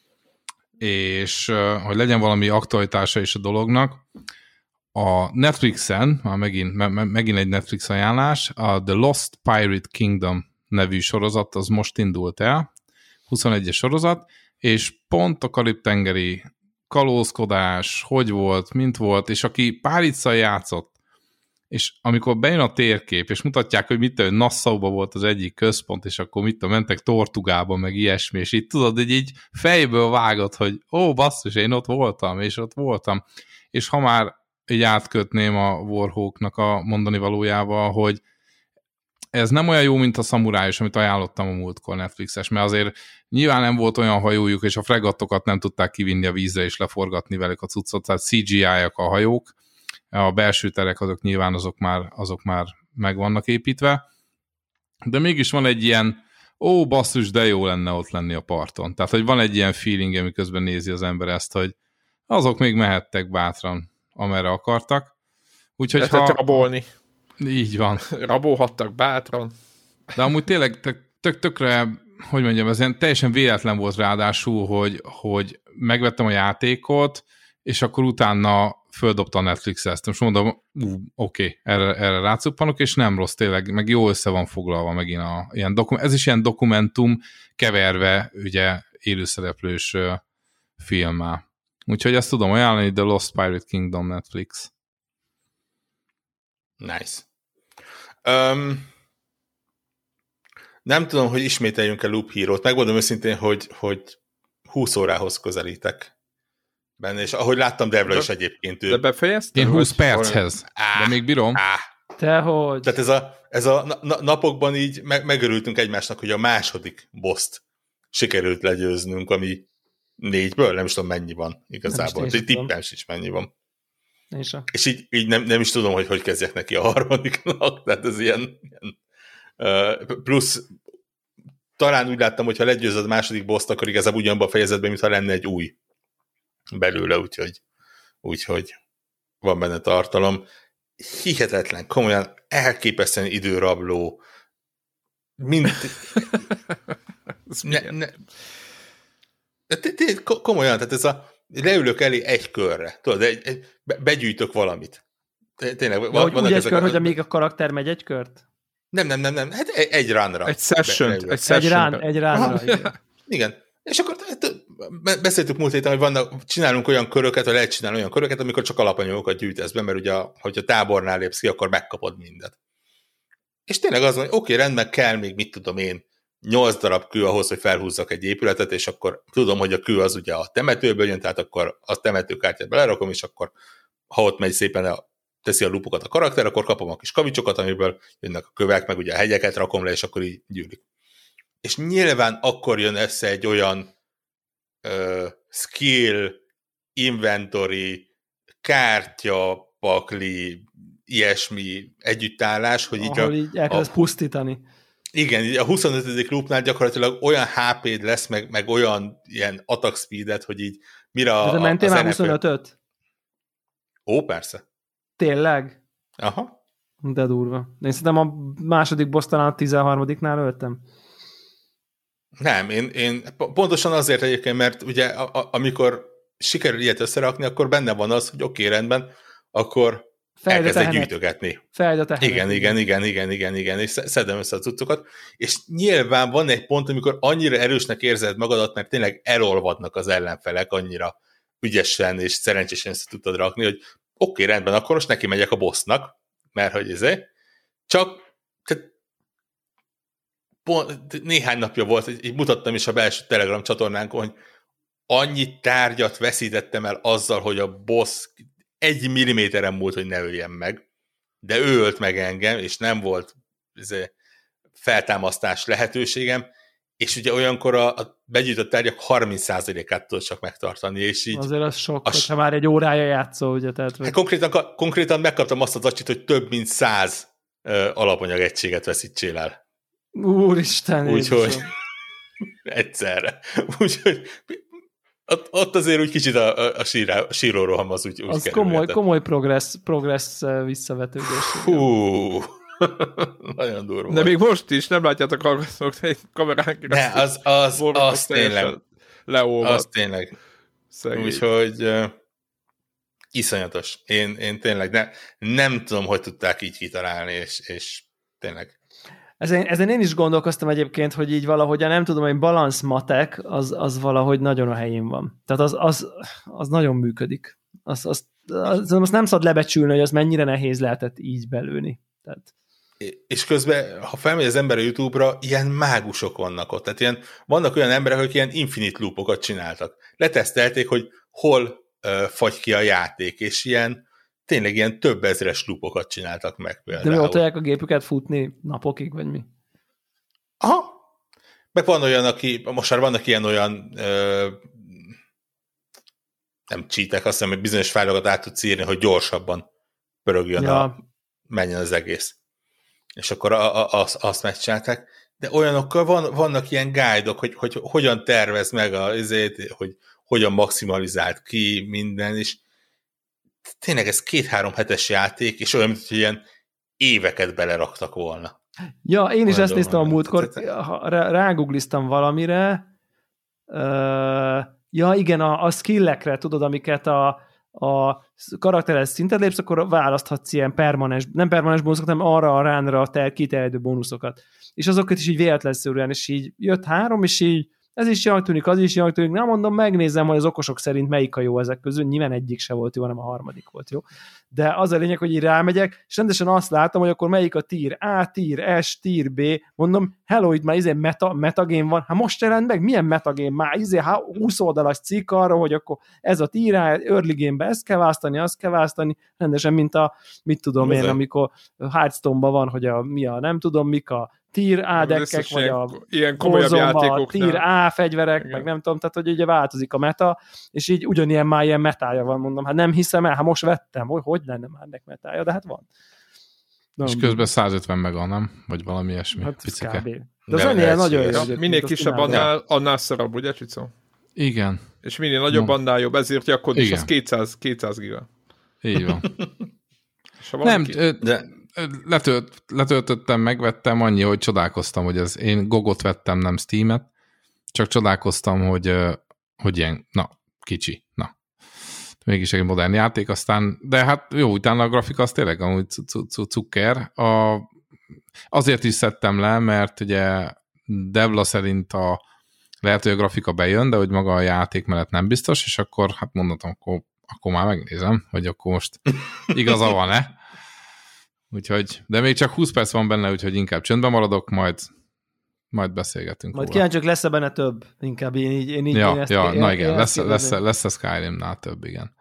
és hogy legyen valami aktualitása is a dolognak, a Netflixen, már megint egy Netflix ajánlás, a The Lost Pirate Kingdom nevű sorozat, az most indult el, 21-es sorozat, és pont a Karib-tengeri kalózkodás, hogy volt, mint volt, és aki Párizszal játszott, és amikor bejön a térkép, és mutatják, hogy mit tudom, Nassauba volt az egyik központ, és akkor mit tudom, mentek Tortugába, meg ilyesmi, és így tudod, hogy így fejből vágod, hogy ó, basszus, én ott voltam, és ott voltam. És ha már így átkötném a Warhawknak a mondani valójával, hogy ez nem olyan jó, mint a szamurájos, amit ajánlottam a múltkor Netflixes, mert azért nyilván nem volt olyan hajójuk, és a fregattokat nem tudták kivinni a vízre és leforgatni velük a cuccot, tehát CGI-jak a hajók, a belső terek azok nyilván azok már meg vannak építve, de mégis van egy ilyen, ó, basszus, de jó lenne ott lenni a parton. Tehát, hogy van egy ilyen feeling, miközben nézi az ember ezt, hogy azok még mehettek bátran, amerre akartak. Úgyhogy rabolni. Így van. Rabolhattak bátran. De amúgy tényleg tökre, hogy mondjam, ez ilyen teljesen véletlen volt ráadásul, hogy megvettem a játékot, és akkor utána földobta a Netflix ezt. Most mondom, oké, erre rácuppanok, és nem rossz tényleg, meg jó össze van foglalva megint ez is ilyen dokumentum keverve, ugye, élőszereplős filmmel. Úgyhogy ezt tudom ajánlani, The Lost Pirate Kingdom Netflix. Nice. Nem tudom, hogy ismételjünk-e Loop Hero-t. Megmondom őszintén, hogy 20 órához közelítek benne, és ahogy láttam, Devla is egyébként. De befejeztem? Én 20 perchez, de még bírom. Tehogy. Tehát ez a napokban így megörültünk egymásnak, hogy a második boszt sikerült legyőznünk, ami 4-ből, nem is tudom mennyi van igazából. Tippem sincs mennyi van. És így nem is tudom, hogy kezdjek neki a harmadiknak, tehát ez ilyen plusz talán úgy láttam, hogy ha legyőzöd a második boszt, akkor igazából ugyanabban a fejezetben, mintha lenne egy új belőle, úgyhogy van benne tartalom. Hihetetlen, komolyan elképesztően időrabló, komolyan, tehát ez leülök elé egy körre, tudod, begyűjtök valamit. Tényleg, úgy egy kör, hogy amíg a karakter megy egy kört? Nem, hát egy runra. Egy session. Egy runra, igen. És akkor beszéltük múlt héten, hogy csinálunk olyan köröket, vagy lehet csinálni olyan köröket, amikor csak alapanyagokat gyűjtesz be, mert ugye, hogyha tábornál lépsz ki, akkor megkapod mindet. És tényleg az van, hogy oké, rendben, kell még, mit tudom én, 8 darab kő ahhoz, hogy felhúzzak egy épületet, és akkor tudom, hogy a kő az ugye a temetőből jön, tehát akkor a temetőkártyát belerakom, és akkor ha ott megy szépen teszi a lupokat a karakter, akkor kapom a kis kavicsokat, amiből jönnek a kövek, meg ugye a hegyeket rakom le, és akkor így gyűlik. És nyilván akkor jön össze egy olyan skill, inventory, kártya, pakli, ilyesmi együttállás, hogy így elkezdesz pusztítani. Igen, a 25. loopnál gyakorlatilag olyan HP-d lesz, meg olyan ilyen attack speedet, hogy így mire de mentél már 25-öt? Ó, persze. Tényleg? Aha. De durva. Én szerintem a második boss talán a 13-nál öltem. Nem, én pontosan azért egyébként, mert ugye amikor sikerül ilyet összerakni, akkor benne van az, hogy oké, rendben, akkor elkezdek gyűjtögetni. Igen, és szedem össze a cuccokat, és nyilván van egy pont, amikor annyira erősnek érzed magadat, mert tényleg elolvadnak az ellenfelek, annyira ügyesen és szerencsésen össze tudtad rakni, hogy oké, rendben, akkor most neki megyek a bossnak, mert hogy csak néhány napja volt, így mutattam is a belső Telegram csatornánkon, hogy annyi tárgyat veszítettem el azzal, hogy a boss 1 milliméteren múlt, hogy ne öljen meg, de ő ölt meg engem, és nem volt feltámasztás lehetőségem, és ugye olyankor a begyűjtött tárgyak 30%-át tudod csak megtartani, és így... Azért az sok, hogyha már egy órája játszol, ugye? Tehát, hát konkrétan megkaptam azt az acsit, hogy több mint 100 alapanyag egységet veszítsél el. Úristen! Úgyhogy egyszerre. Úgyhogy ott azért úgy kicsit a síróroham az úgy az kerülhetett. komoly progress visszavetődés. Hú, nagyon durva. De még most is nem látjátok hallgatók, egy kamerán keresztül. Ne, az tényleg. Leolvad. Az tényleg. Szegény. Úgyhogy iszonyatos. Én tényleg nem tudom, hogy tudták így kitalálni, és tényleg. Ezen én is gondolkoztam egyébként, hogy így valahogy, nem tudom, hogy balance matek, az valahogy nagyon a helyén van. Tehát az nagyon működik. Azt nem szabad lebecsülni, hogy az mennyire nehéz lehetett így belőni. Tehát... És közben, ha felmegy az ember a YouTube-ra, ilyen mágusok vannak ott. Tehát vannak olyan emberek, akik ilyen infinite loopokat csináltak. Letesztelték, hogy hol fagy ki a játék, és tényleg ilyen több ezres loopokat csináltak meg például. De mi ott tudják a gépüket futni napokig, vagy mi? Aha. Meg van olyan, most már vannak olyan nem cheatek, azt hiszem, hogy bizonyos fájlokat át tudsz írni, hogy gyorsabban pörögjön, menjen az egész. És akkor azt megcsinálták. De olyanokkal vannak ilyen guide-ok, hogy hogyan tervez meg hogy hogyan maximalizált ki minden, és tényleg ez 2-3 hetes játék, és olyan, hogy ilyen éveket beleraktak volna. Ja, én is ezt néztem a múltkor, rágoogliztam valamire, ja igen, a skillekre, tudod, amiket a karakteres szintet lépsz, akkor választhatsz ilyen nem permanens bónuszokat, hanem arra a ránra kiterjedő bónuszokat. És azokat is így véletlenszerűen, és így jött 3, és így ez is jól tűnik, az is jól tűnik. Nem mondom, megnézem, hogy az okosok szerint melyik a jó ezek közül. Nyilván egyik se volt jó, hanem a harmadik volt jó. De az a lényeg, hogy így rámegyek, és rendesen azt látom, hogy akkor melyik a tier A, tier S, tier B. Mondom, hello, itt már metagame van. Hát most jelent meg, milyen metagame? Már 20 oldalas cikk arra, hogy akkor ez a tier A, early game-be ezt kell választani, azt kell választani. Rendesen, mint mit tudom én, amikor Hearthstone-ban van, hogy nem tudom, mik a tier A deckek, vagy a ilyen komolyabb játékok. Tier A fegyverek, igen. Meg nem tudom, tehát hogy ugye változik a meta, és így ugyanilyen már ilyen metája van, mondom, hát nem hiszem el, most vettem, hogy lenne már ennek metája, de hát van. És közben 150 mega, nem? Vagy valami ilyesmi. Hát kb. De az ennél nagyon jó. Minél kisebb annál szarabb, ugye, Csicó? Igen. És minél nagyobb, annál jobb, ezért gyakod is az 200 giga. Így van. Nem, letöltöttem, megvettem, annyi, hogy csodálkoztam, hogy én GOG-ot vettem, nem Steam-et, csak csodálkoztam, hogy ilyen, kicsi, mégis egy modern játék, aztán, de hát jó, utána a grafika az tényleg amúgy cukker. Azért is szedtem le, mert ugye Devla szerint lehet, hogy a grafika bejön, de hogy maga a játék mellett nem biztos, és akkor hát mondhatom, akkor már megnézem, hogy akkor most igaza van-e. Úgyhogy, de még csak 20 perc van benne, úgyhogy inkább csöndben maradok, majd beszélgetünk. Majd kíváncsiak, lesz-e benne több? Inkább én így na igen, lesz a Skyrimnál több, igen.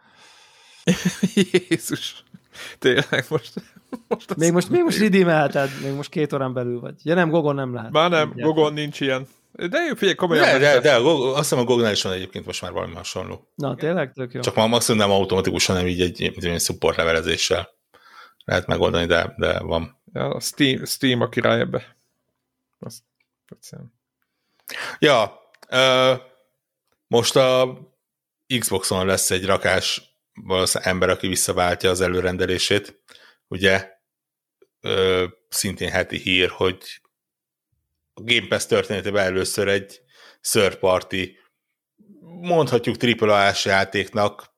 Jézus. Tényleg most még most redeemelheted, még most 2 órán belül vagy. Ja nem, Gogon nem lehet. Már nem, Gogon nincs ilyen. De figyelj, komolyan. De azt hiszem a Gognál is van egyébként most már valami hasonló. Na, tényleg? Tök jó. Csak már maximum nem automatikusan, hanem így egy support levelezéssel lehet megoldani, de van. Ja, a Steam a király ebbe. Azt tetszem. Ja, most a Xboxon lesz egy rakás ember, aki visszaváltja az előrendelését. Ugye szintén heti hír, hogy a Game Pass történetében először egy third party, mondhatjuk AAA-s játéknak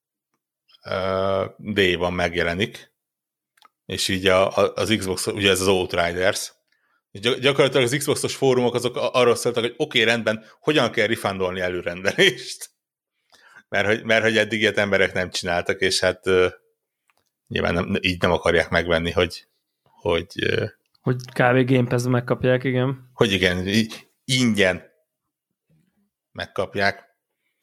D-ban megjelenik. És így az Xbox, ugye ez az Outriders. És gyakorlatilag az Xbox-os fórumok azok arról szóltak, hogy oké, rendben, hogyan kell refundolni előrendelést. Mert hogy eddig ilyet emberek nem csináltak, és hát nyilván így nem akarják megvenni, hogy kb. Game Pass-ben megkapják, igen. Hogy igen, ingyen megkapják.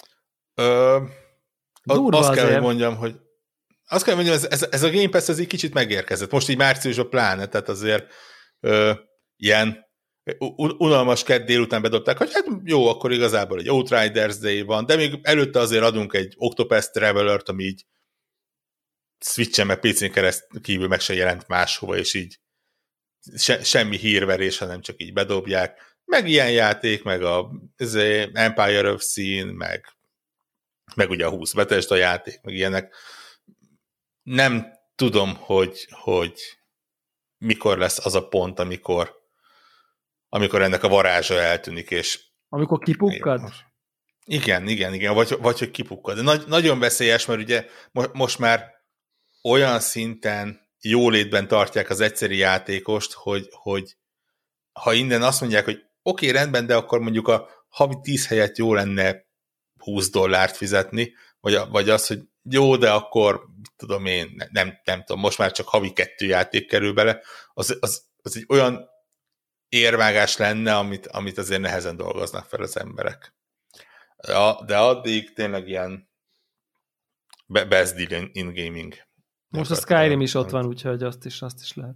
Azt kell, hogy mondjam, hogy ez a Game Pass ez egy kicsit megérkezett. Most így márciusban pláne, tehát azért ilyen unalmas kedd délután bedobták, hogy hát jó, akkor igazából egy Outriders Day van, de még előtte azért adunk egy Octopath Travelert, ami így Switchen meg PC-n kívül meg se jelent máshova, és így semmi hírverés, hanem csak így bedobják. Meg ilyen játék, meg a Empire of Sin, meg ugye a 20 Bethesda játék, meg ilyenek. Nem tudom, hogy mikor lesz az a pont, amikor ennek a varázsa eltűnik, és... Amikor kipukkad? Igen, vagy hogy kipukkad. De nagyon veszélyes, mert ugye most már olyan szinten jólétben tartják az egyszeri játékost, hogy ha innen azt mondják, hogy oké, rendben, de akkor mondjuk a havi 10 helyett jó lenne $20 fizetni, vagy az, hogy jó, de akkor tudom én, nem tudom, most már csak havi 2 játék kerül bele, az egy olyan érvágás lenne, amit azért nehezen dolgoznak fel az emberek. De addig tényleg ilyen best deal in gaming. Most a Skyrim is ott van, úgyhogy azt is lehet.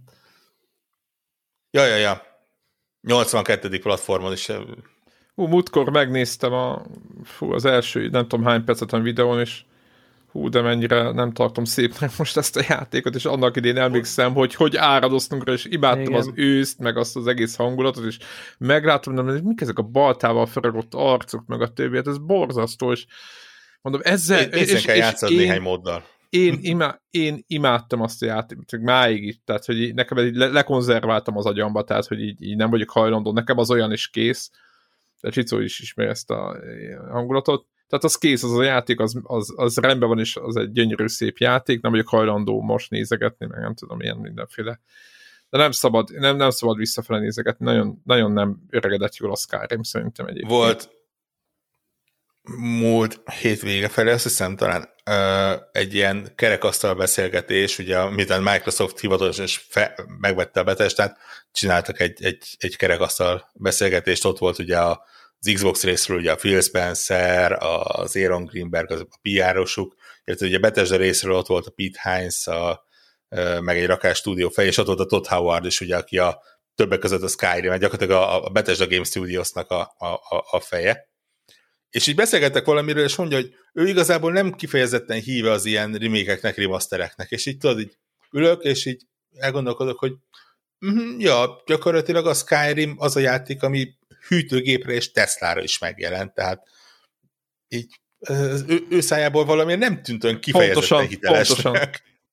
Ja. 82. platformon is. Múltkor megnéztem az első, nem tudom hány percet a videón, és de mennyire nem tartom szépnek most ezt a játékot, és annak idén emlékszem, hogy áradoztunk rá, és imádtam igen. Az őszt, meg azt az egész hangulatot, és meglátom, hogy mik ezek a baltával felragott arcok, meg a többi, hát ez borzasztó, és mondom, ezzel... Én kell játszani néhány móddal. Én imádtam azt a játékot, máig is, tehát hogy nekem lekonzerváltam az agyamba, tehát hogy így nem vagyok hajlandó, nekem az olyan is kész, de Csicó is ismeri ezt a hangulatot, tehát az kész, az a játék, az rendben van, és az egy gyönyörű szép játék, nem vagyok hajlandó most nézegetni, meg nem tudom, ilyen mindenféle. De nem szabad visszafele nézegetni, nagyon, nagyon nem öregedett jól a Skyrim, szerintem egyébként. Volt múlt hétvége felé, azt hiszem talán egy ilyen kerekasztal beszélgetés, ugye miután Microsoft hivatalos és megvette a Bethesdát, csináltak egy kerekasztal beszélgetést, ott volt ugye az Xbox részről ugye a Phil Spencer, az Aaron Greenberg, a PR-osuk, illetve ugye a Bethesda részről ott volt a Pete Hines, meg egy rakás stúdió fej, és ott volt a Todd Howard is, ugye, aki a többek között a Skyrim, mert gyakorlatilag a Bethesda Game Studiosnak a feje. És így beszélgettek valamiről, és mondja, hogy ő igazából nem kifejezetten híve az ilyen remake-eknek, remastereknek, és így tudod, így ülök, és így elgondolkodok, hogy ja, gyakorlatilag a Skyrim az a játék, ami hűtőgépre és Teslára is megjelent, tehát így ő szájából valamiért nem tűnt olyan kifejezetten hitelesnek. Pontosan.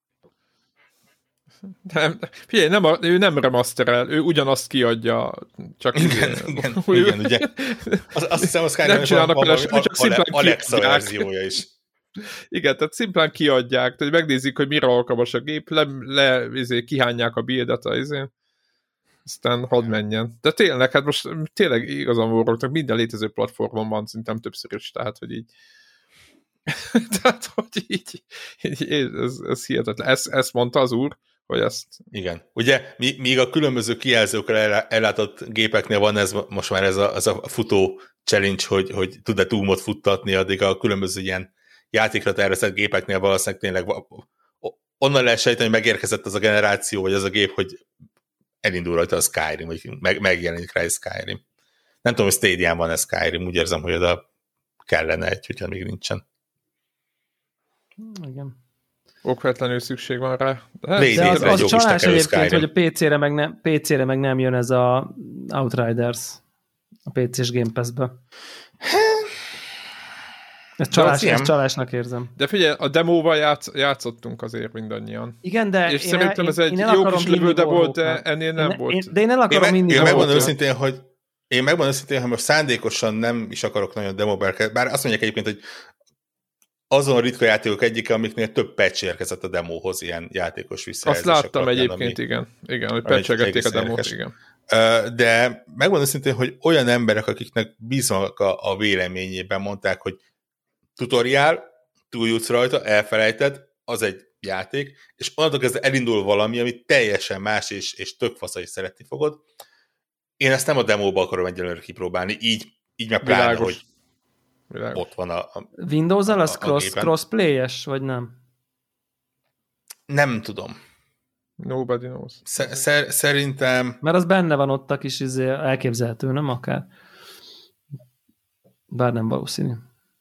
Nem, figyelj, ő nem remasterel, ő ugyanazt kiadja, csak igen, ugye. Azt hiszem, a Skyrim van Alexa verziója is. Igen, tehát szimplán kiadják, tehát megnézik, hogy mire alkalmas a gép, kihányják a buildet aztán hadd menjen. De tényleg, hát most tényleg igazán vorognak, minden létező platformon van, szerintem többször is, tehát, hogy így tehát, hogy így ez hihetetlen. Ezt mondta az úr, hogy ezt... Igen. Ugye, míg a különböző kijelzőkkel ellátott gépeknél van ez most már ez a futó challenge, hogy tud-e Doom-ot futtatni, addig a különböző ilyen játékra tervezett gépeknél valószínűleg tényleg onnan lehet sejteni, hogy megérkezett az a generáció, vagy az a gép, hogy elindul rajta a Skyrim, vagy megjelenik rá egy Skyrim. Nem tudom, hogy Stadián van-e Skyrim, úgy érzem, hogy oda kellene hogyha még nincsen. Igen. Okvetlenül szükség van rá. De az csalás egyébként, hogy a PC-re meg nem jön ez a Outriders a PC-s Game Pass-be. Ezt csalásnak érzem. De figyelj, a demóval játszottunk azért mindannyian. Igen, de és szerintem ez egy jó kis lövőde volt, de ennél nem volt. De én el akarom mindig. Én megmondom őszintén, hogy most szándékosan nem is akarok nagyon demóba, bár azt mondják egyébként, hogy azon ritka játékok egyike, amiknél több patch érkezett a demóhoz, ilyen játékos visszajelzések. Azt láttam egyébként, igen, hogy patchelgették a demót, igen. De megmondom szintén, hogy olyan emberek, akiknek bíznak a véleményében, mondták, hogy tutoriál, túljutsz rajta, elfelejted, az egy játék, és onnantól kezdve elindul valami, ami teljesen más, és tök fasz, is szeretni fogod. Én ezt nem a demóba akarom egyelőre kipróbálni, így meg pláne, hogy ott van a Windows-al az crossplay-es, vagy nem? Nem tudom. Nobody knows. Szerintem... Mert az benne van ott a kis elképzelhető, nem akár? Bár nem valószínű.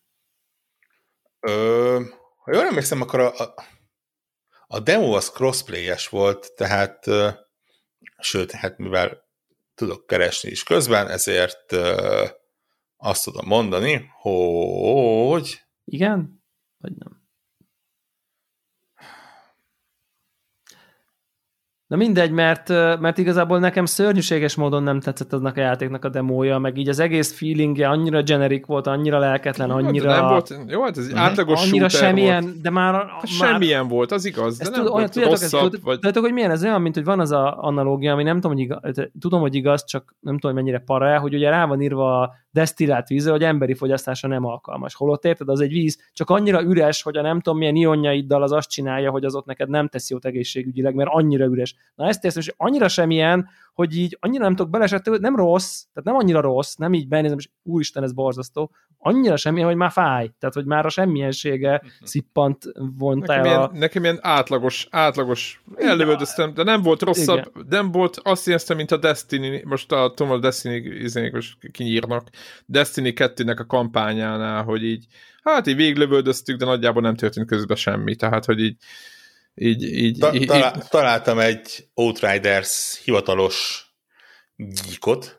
Ha jól emlékszem, akkor a demo az crossplay-es volt, tehát sőt, hát mivel tudok keresni is közben, ezért azt tudom mondani, hogy... Igen? Vagy nem? Na mindegy, mert igazából nekem szörnyűséges módon nem tetszett aznak a játéknak a demója, meg így az egész feelingje annyira generic volt, annyira lelketlen, annyira... Nem volt, jó, hát ez egy átlagos annyira shooter semmilyen, volt. de már... Hát semmilyen volt, az igaz, de nem volt rosszabb. Tudjátok, hogy milyen ez olyan, mint hogy van az a analógia, ami nem tudom, hogy igaz, tudom, hogy igaz, csak nem tudom, hogy mennyire para, hogy ugye rá van írva a desztillált vízre, hogy emberi fogyasztásra nem alkalmas. Holott érted, az egy víz, csak annyira üres, hogy a nem tudom milyen ionjaiddal az azt csinálja, hogy az ott neked nem teszi jót egészségügyileg, mert annyira üres. Na ezt érzem, és annyira semmilyen, hogy így annyira nem tudok belesetni, nem rossz, tehát nem annyira rossz, nem így benézem, és úristen, ez borzasztó, annyira semmilyen, hogy már fáj, tehát hogy már a semmilyensége szippant vonta el nekem ilyen átlagos elővöldöztem, de nem volt rosszabb, igen. Nem volt azt éreztem, mint a Destiny, most a Destiny most kinyírnak, Destiny 2-nek a kampányánál, hogy így, hát így végiglövöldöztük, de nagyjából nem történt közben semmi, tehát, hogy így találtam egy Outriders hivatalos geekot,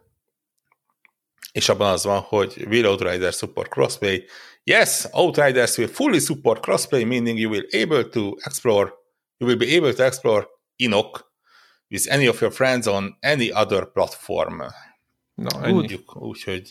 és abban az van, hogy will Outriders support crossplay? Yes, Outriders will fully support crossplay, meaning you will be able to explore Inok with any of your friends on any other platform. Na, úgyhogy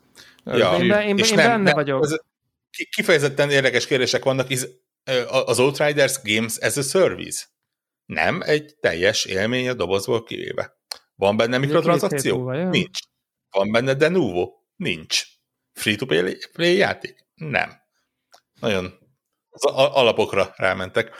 én benne vagyok. Kifejezetten érdekes kérdések vannak, az Outriders Games as a Service. Nem egy teljes élmény a dobozból kivéve. Van benne mikrotranszakció? Nincs. Van benne de novo? Nincs. Free-to-play játék? Nem. Nagyon az alapokra rámentek.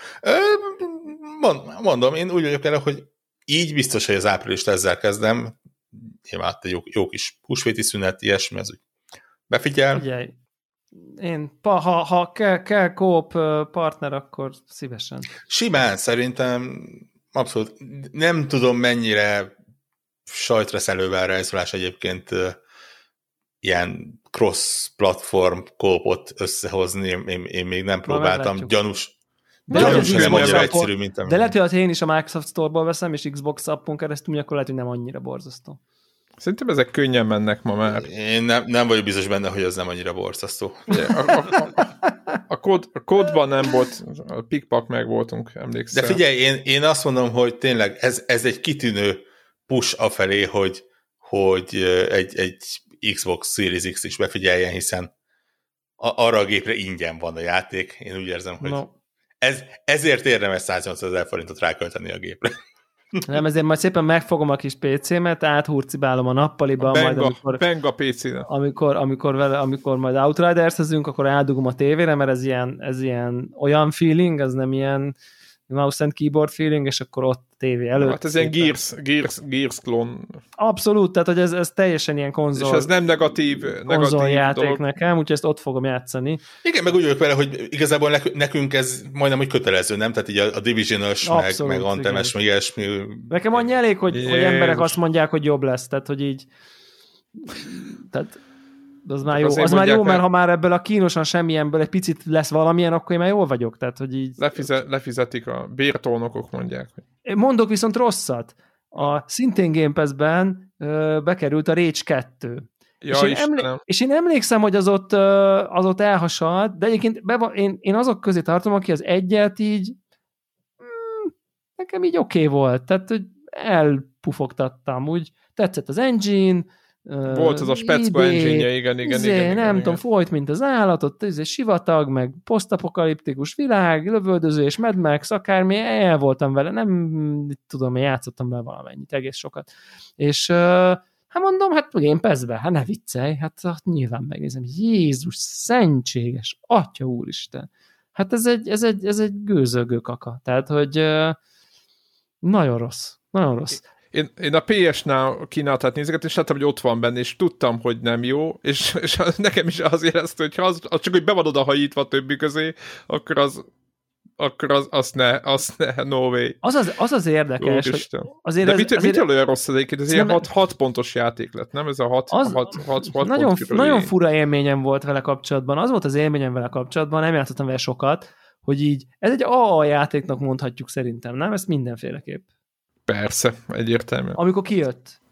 Mondom, én úgy vagyok el, hogy így biztos, hogy az áprilist ezzel kezdem. Nyilván jó kis húsvéti szünet, ilyesmi, az úgy befigyel. Figyelj. Én, ha kell co-op partner, akkor szívesen. Simán, szerintem abszolút. Nem tudom, mennyire sajtreszelővel rajzolás egyébként ilyen cross-platform co-opot összehozni. Én még nem próbáltam. Gyanús, nem annyira egyszerű, mint de lehet, hogy én is a Microsoft Store-ból veszem, és Xbox appon keresztül, akkor lehet, hogy nem annyira borzasztó. Szerintem ezek könnyen mennek ma már. Én nem vagyok biztos benne, hogy az nem annyira borzasztó. A kódban nem volt, a pikpak meg voltunk, emlékszel. De figyelj, én azt mondom, hogy tényleg ez egy kitűnő push afelé, hogy egy Xbox Series X is befigyeljen, hiszen arra a gépre ingyen van a játék. Én úgy érzem, hogy ezért érdemes 180 000 forintot rákölteni a gépre. Nem, ezért majd szépen megfogom a kis PC-met, áthurcibálom a nappaliba, Benga PC-re. Amikor majd Outriders-ezünk, akkor eldugom a tévére, mert ez ilyen olyan feeling, ez nem ilyen mouse and keyboard feeling, és akkor ott tévé előtt. Hát ez ilyen Gears klón. Abszolút, tehát hogy ez teljesen ilyen konzol. És ez nem negatív játék dolog. Nekem, úgyhogy ezt ott fogom játszani. Igen, meg úgy vagyok vele, hogy igazából nekünk ez majdnem úgy kötelező, nem? Tehát így a Division-ös, meg Anthem-es, meg ilyesmi. Nekem annyi elég, hogy emberek azt mondják, hogy jobb lesz, tehát hogy így az már jó. Az már jó, mert ha már ebből a kínosan semmilyenből egy picit lesz valamilyen, akkor én már jól vagyok. Tehát, hogy így... Lefizetik a bértónokok, mondják. Mondok viszont rosszat. Szintén Game Pass-ben bekerült a Rage 2. Ja, és én emlékszem, hogy az ott elhasalt, de egyébként én azok közé tartom, aki az egyet így nekem így oké volt. Tehát, hogy elpufogtattam. Úgy tetszett az engine, volt az a speckó engine-je, igen. Nem tudom, folyt, mint az állatot, ez egy sivatag, meg posztapokaliptikus világ, lövöldözés, Mad Max, akármi, el voltam vele, nem tudom, én játszottam vele valamennyit, egész sokat. És hát mondom, hát Game Pass-be, hát ne viccelj, hát nyilván megnézem, Jézus, szentséges, Atya úristen. Hát ez egy gőzölgő kaka, tehát, hogy nagyon rossz. Én a PS-nál kínálatát nézegettem, és láttam, hogy ott van benne, és tudtam, hogy nem jó, és nekem is az érezte, hogy ha az csak hogy be van odahajítva a többi közé, akkor azt ne, no way. Az érdekes, hogy azért mitől olyan rossz az egyébként? Ez ilyen 6 pontos játék lett, nem? Ez a 6 nagyon fura élményem volt vele kapcsolatban. Az volt az élményem vele kapcsolatban, nem játszottam vele sokat, hogy így, ez egy AA játéknak mondhatjuk szerintem, nem? Ezt mindenféleképp. Persze, egyértelmű. Amikor kijött.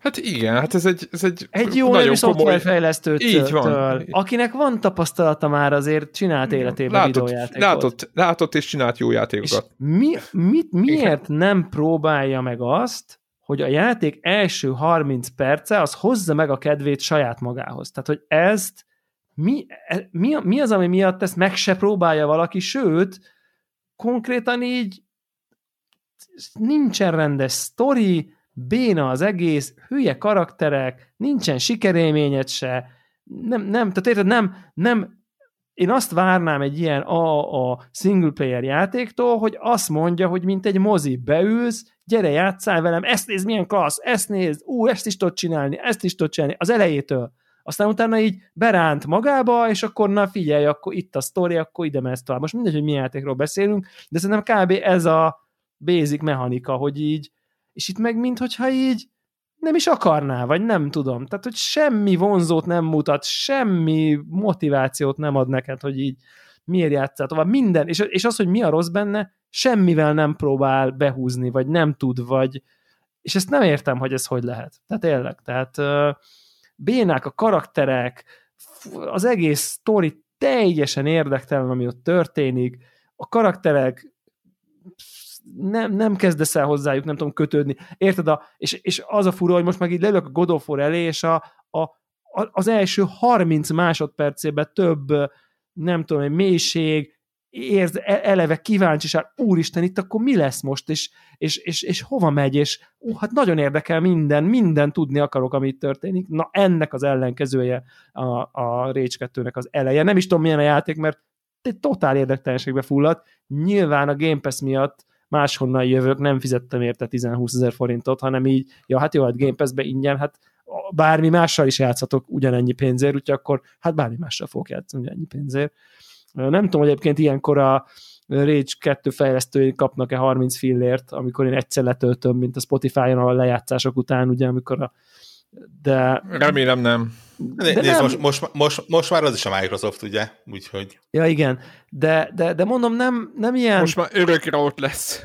Hát igen, hát ez egy jó nevű szoftverfejlesztőtől, így akinek van tapasztalata már azért csinált életében videójátékot. Látott és csinált jó játékokat. Miért nem próbálja meg azt, hogy a játék első 30 perce az hozza meg a kedvét saját magához. Tehát, hogy ezt mi az, ami miatt ezt meg se próbálja valaki, sőt, konkrétan így nincsen rendes sztori, béna az egész, hülye karakterek, nincsen sikerélményed se, tehát érted, nem, én azt várnám egy ilyen a single player játéktól, hogy azt mondja, hogy mint egy mozi, beülsz, gyere, játsszál velem, ezt nézd, milyen klassz, ezt nézd, ezt is tudod csinálni, az elejétől. Aztán utána így beránt magába, és akkor na figyelj, akkor itt a sztori, akkor ide mehetsz tovább. Most mindegy, hogy milyen játékról beszélünk, de szerintem kb. Ez a basic mechanika, hogy így, és itt meg minthogyha így nem is akarná, vagy nem tudom. Tehát, hogy semmi vonzót nem mutat, semmi motivációt nem ad neked, hogy így miért játsszál tovább. Minden, és az, hogy mi a rossz benne, semmivel nem próbál behúzni, vagy nem tud, vagy és ezt nem értem, hogy ez hogy lehet. Tehát tényleg, tehát bénák a karakterek, az egész sztori teljesen érdektelen, ami ott történik, a karakterek nem kezdesz el hozzájuk, nem tudom kötődni. Érted? És az a fura, hogy most meg így leülök a God of War elé, és az első 30 másodpercében több, nem tudom, egy mélység, eleve kíváncsiság, úristen, itt akkor mi lesz most, és hova megy, és hát nagyon érdekel minden tudni akarok, amit történik. Na, ennek az ellenkezője a Rage 2-nek az eleje. Nem is tudom, milyen a játék, mert egy totál érdektelenségbe fulladt. Nyilván a Game Pass miatt máshonnan jövök, nem fizettem érte 10-20 ezer forintot, hanem így, ja, hát jó, hát Game Pass-be ingyen, hát bármi mással is játszhatok ugyanennyi pénzért, úgyhogy akkor hát bármi mással fogok játszani ugyanennyi pénzért. Nem tudom, hogy egyébként ilyenkor a Rage 2 fejlesztői kapnak-e 30 fillért, amikor én egyszer letöltöm, mint a Spotify-on a lejátszások után, ugye, amikor de... Remélem nem. De nézd, most már az is a Microsoft, ugye? Úgyhogy... Ja, igen. De mondom, nem ilyen... Most már örökre ott lesz.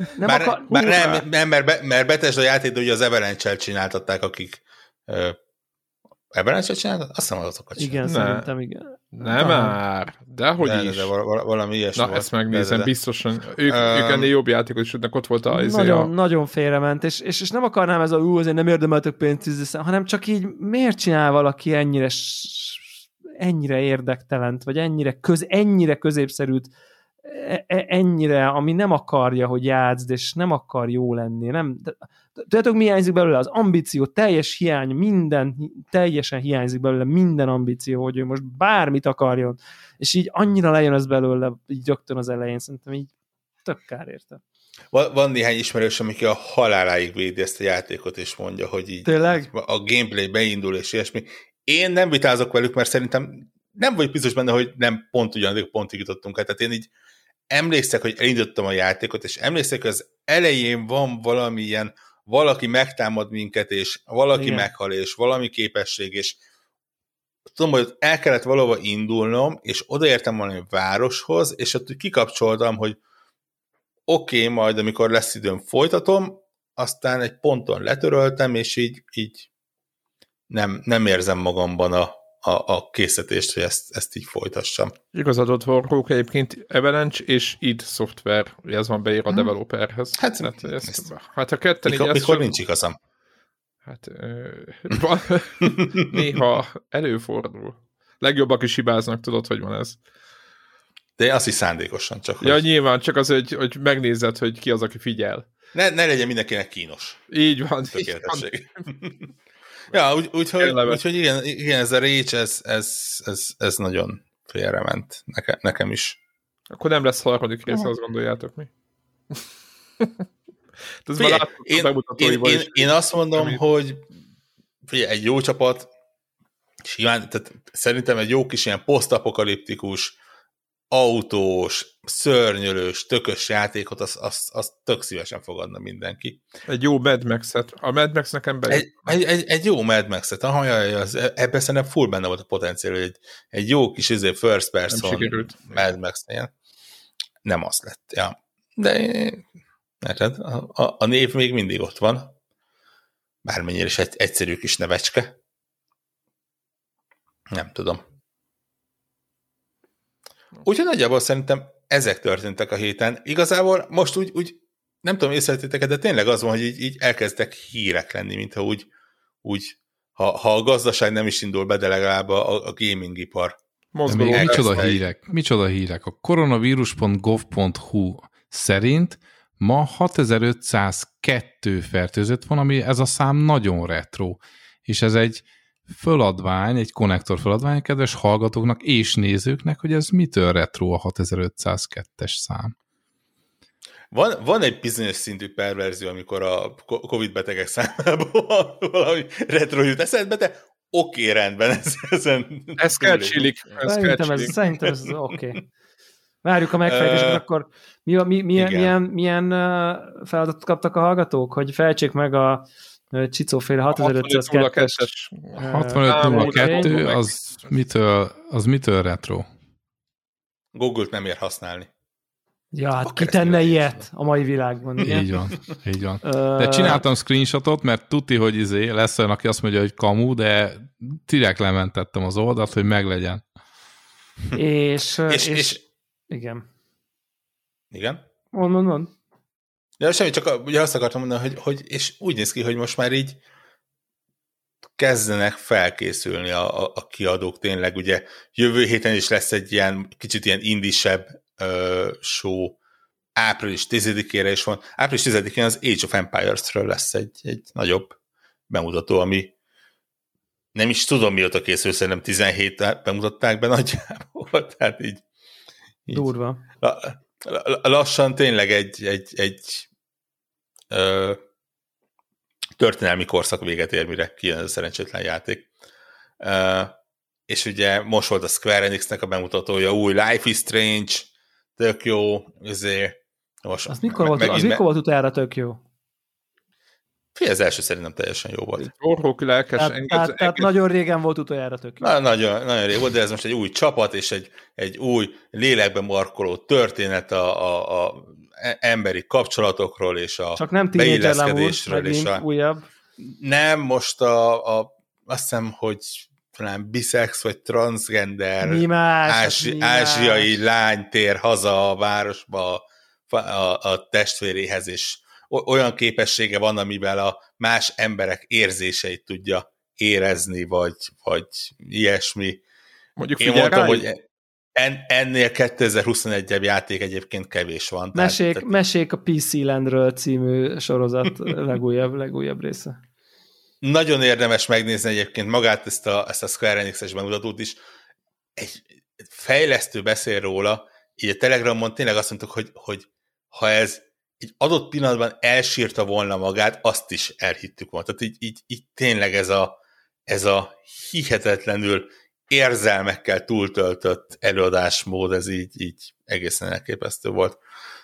Mert Bethesda játék, de ugye az Avalanche-el csináltatták, akik... Avalanche-el csináltatták? Azt hiszem azokat csináltatták. Igen, szerintem igen. Nem már, dehogy is. De valami ilyesmi. Na, ezt megnézem, biztosan. Ők ennél jobb játékos is, ott volt a... Nagyon félrement, és nem akarnám ez azért nem érdemeltök pénzt, hanem csak így miért csinál valaki ennyire érdektelent, vagy ennyire középszerűt, ennyire, ami nem akarja, hogy játszd, és nem akar jó lenni. Tudjátok, mi hiányzik belőle? Az ambíció, teljes hiány, teljesen hiányzik belőle minden ambíció, hogy ő most bármit akarjon, és így annyira lejön ez belőle, így rögtön az elején, szerintem így tök kár érte. Van néhány ismerős, aki a haláláig védi ezt a játékot, és mondja, hogy így tényleg? A gameplay beindul, és ilyesmi. Én nem vitázok velük, mert szerintem nem vagyok biztos benne, hogy nem pont ugyanaddig pontig jutottunk el. Tehát én így emlékszek, hogy elindítottam a játékot, és emlékszek, hogy az elején van valamilyen, valaki megtámad minket, és valaki igen. Meghal, és valami képesség, és tudom, hogy el kellett valahova indulnom, és odaértem valami városhoz, és ott kikapcsoltam, hogy oké, majd amikor lesz időm, folytatom, aztán egy ponton letöröltem, és így nem érzem magamban a készítést, hogy ezt így folytassam. Igazadott Warhawk egyébként Avalanche és id Software, ez van beír a developerhez. Hát a ketten mikor nincs igazam? Hát néha előfordul. Legjobbak is hibáznak, tudod, hogy van ez. De azt is szándékosan csak. Ja, hogy... nyilván, csak az, hogy megnézed, hogy ki az, aki figyel. Ne legyen mindenkinek kínos. Így van. Tökéletesség. Ja, úgyhogy igen, ez a Rage, ez nagyon félrement nekem is. Akkor nem lesz harmadik része, azt gondoljátok mi? Én azt mondom, hogy figyelj, egy jó csapat, simán, tehát szerintem egy jó kis ilyen posztapokaliptikus, autós, szörnyölős, tökös játékot, azt tök szívesen fogadna mindenki. Egy jó Mad Max-et. A Mad Max nekem bejött. Egy jó Mad Max-et. Ebben szerintem full benne volt a potenciál, hogy egy jó kis first person Mad Max-nél. Nem az lett. Ja. De a név még mindig ott van. bármennyire is egy egyszerű kis nevecske. Nem tudom. Úgyhogy nagyjából szerintem ezek történtek a héten. Igazából most úgy nem tudom, észrevettétek, de tényleg az van, hogy így elkezdtek hírek lenni, mintha úgy ha a gazdaság nem is indul be, de legalább a gaming-ipar. Micsoda hírek? A koronavírus.gov.hu szerint ma 6502 fertőzött van, ami ez a szám nagyon retro, és ez egy föladvány, egy konnektor föladvány, kedves hallgatóknak és nézőknek, hogy ez mitől retro a 6502-es szám. Van egy bizonyos szintű perverzió, amikor a Covid betegek számából valami retro jut eszedbe, de oké, rendben. Ez kell csillik. Szerintem ez oké. Várjuk a megfejtéseket, akkor milyen feladatot kaptak a hallgatók, hogy fejtsék meg a Csicóféle 6502-es. 6502, az mitől retro? Google-t nem ér használni. Ja, hát ki tenne ilyet a mai világban, ugye? Így van. De csináltam screenshotot, mert tuti, hogy lesz olyan, aki azt mondja, hogy kamu, de direkt lementettem az oldalt, hogy meglegyen. És igen. Igen? Mond. De semmi, csak ugye azt akartam mondani, hogy és úgy néz ki, hogy most már így kezdenek felkészülni a kiadók tényleg, ugye jövő héten is lesz egy ilyen kicsit ilyen indisebb show, április 10-ére is van. Április 10-én az Age of Empires-ről lesz egy nagyobb bemutató, ami nem is tudom mióta készül, szerintem 17 bemutatták be nagyjából, tehát így durva. Lassan tényleg egy történelmi korszak véget ér, mire kijön ez a szerencsétlen játék. És ugye most volt a Square Enixnek a bemutatója, új Life is Strange, tök jó, most az mikor volt utoljára tök jó? Az első szerintem teljesen jó volt. Orhók lelkes. Tehát nagyon régen volt utoljára tök jó. Nagyon rég volt, de ez most egy új csapat, és egy új lélekbe markoló történet a emberi kapcsolatokról, és a csak nem beilleszkedésről. És újabb. Nem, most azt hiszem, hogy talán bisex vagy transgender ázsiai lány tér haza a városba a testvéréhez, és olyan képessége van, amivel a más emberek érzéseit tudja érezni, vagy ilyesmi. Mondjuk én mondtam, hogy ennél 2021-ebb játék egyébként kevés van. Mesék a PC Landről című sorozat legújabb része. Nagyon érdemes megnézni egyébként magát ezt a Square Enix-es bemutatót is. Egy fejlesztő beszél róla, így a Telegramon tényleg azt mondtuk, hogy ha ez egy adott pillanatban elsírta volna magát, azt is elhittük volna. Tehát így tényleg ez a hihetetlenül érzelmekkel túltöltött előadásmód, ez így egészen elképesztő volt.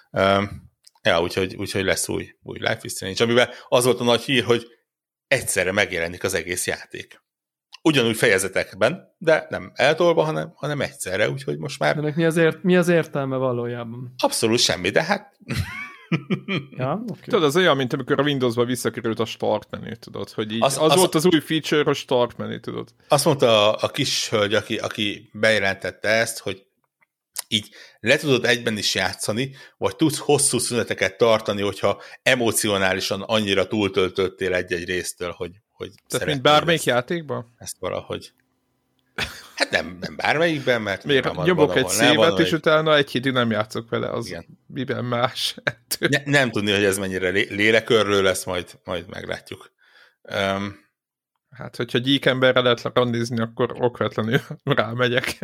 Úgyhogy lesz új Life is Strange, amiben az volt a nagy hír, hogy egyszerre megjelenik az egész játék. Ugyanúgy fejezetekben, de nem eltolva, hanem egyszerre, úgyhogy most már... Ennek mi az értelme valójában? Abszolút semmi, de hát... Ja, okay. Tudod, az olyan, mint amikor a Windowsba visszakerült a start menü, tudod, hogy így az volt az új feature, a start menü, tudod. Azt mondta a kis hölgy, aki bejelentette ezt, hogy így le tudod egyben is játszani, vagy tudsz hosszú szüneteket tartani, hogyha emocionálisan annyira túltöltöttél egy-egy résztől, hogy tehát mint bármelyik játékban? Ezt valahogy. Hát nem bármelyikben, mert... Miért? Nyomok egy szévet, és utána egy hétig nem játszok vele, az igen. Miben más? Nem tudni, hogy ez mennyire lélekörlő lesz, majd meglátjuk. Hát, hogyha gyík emberre lehet randizni, akkor okvetlenül rámegyek.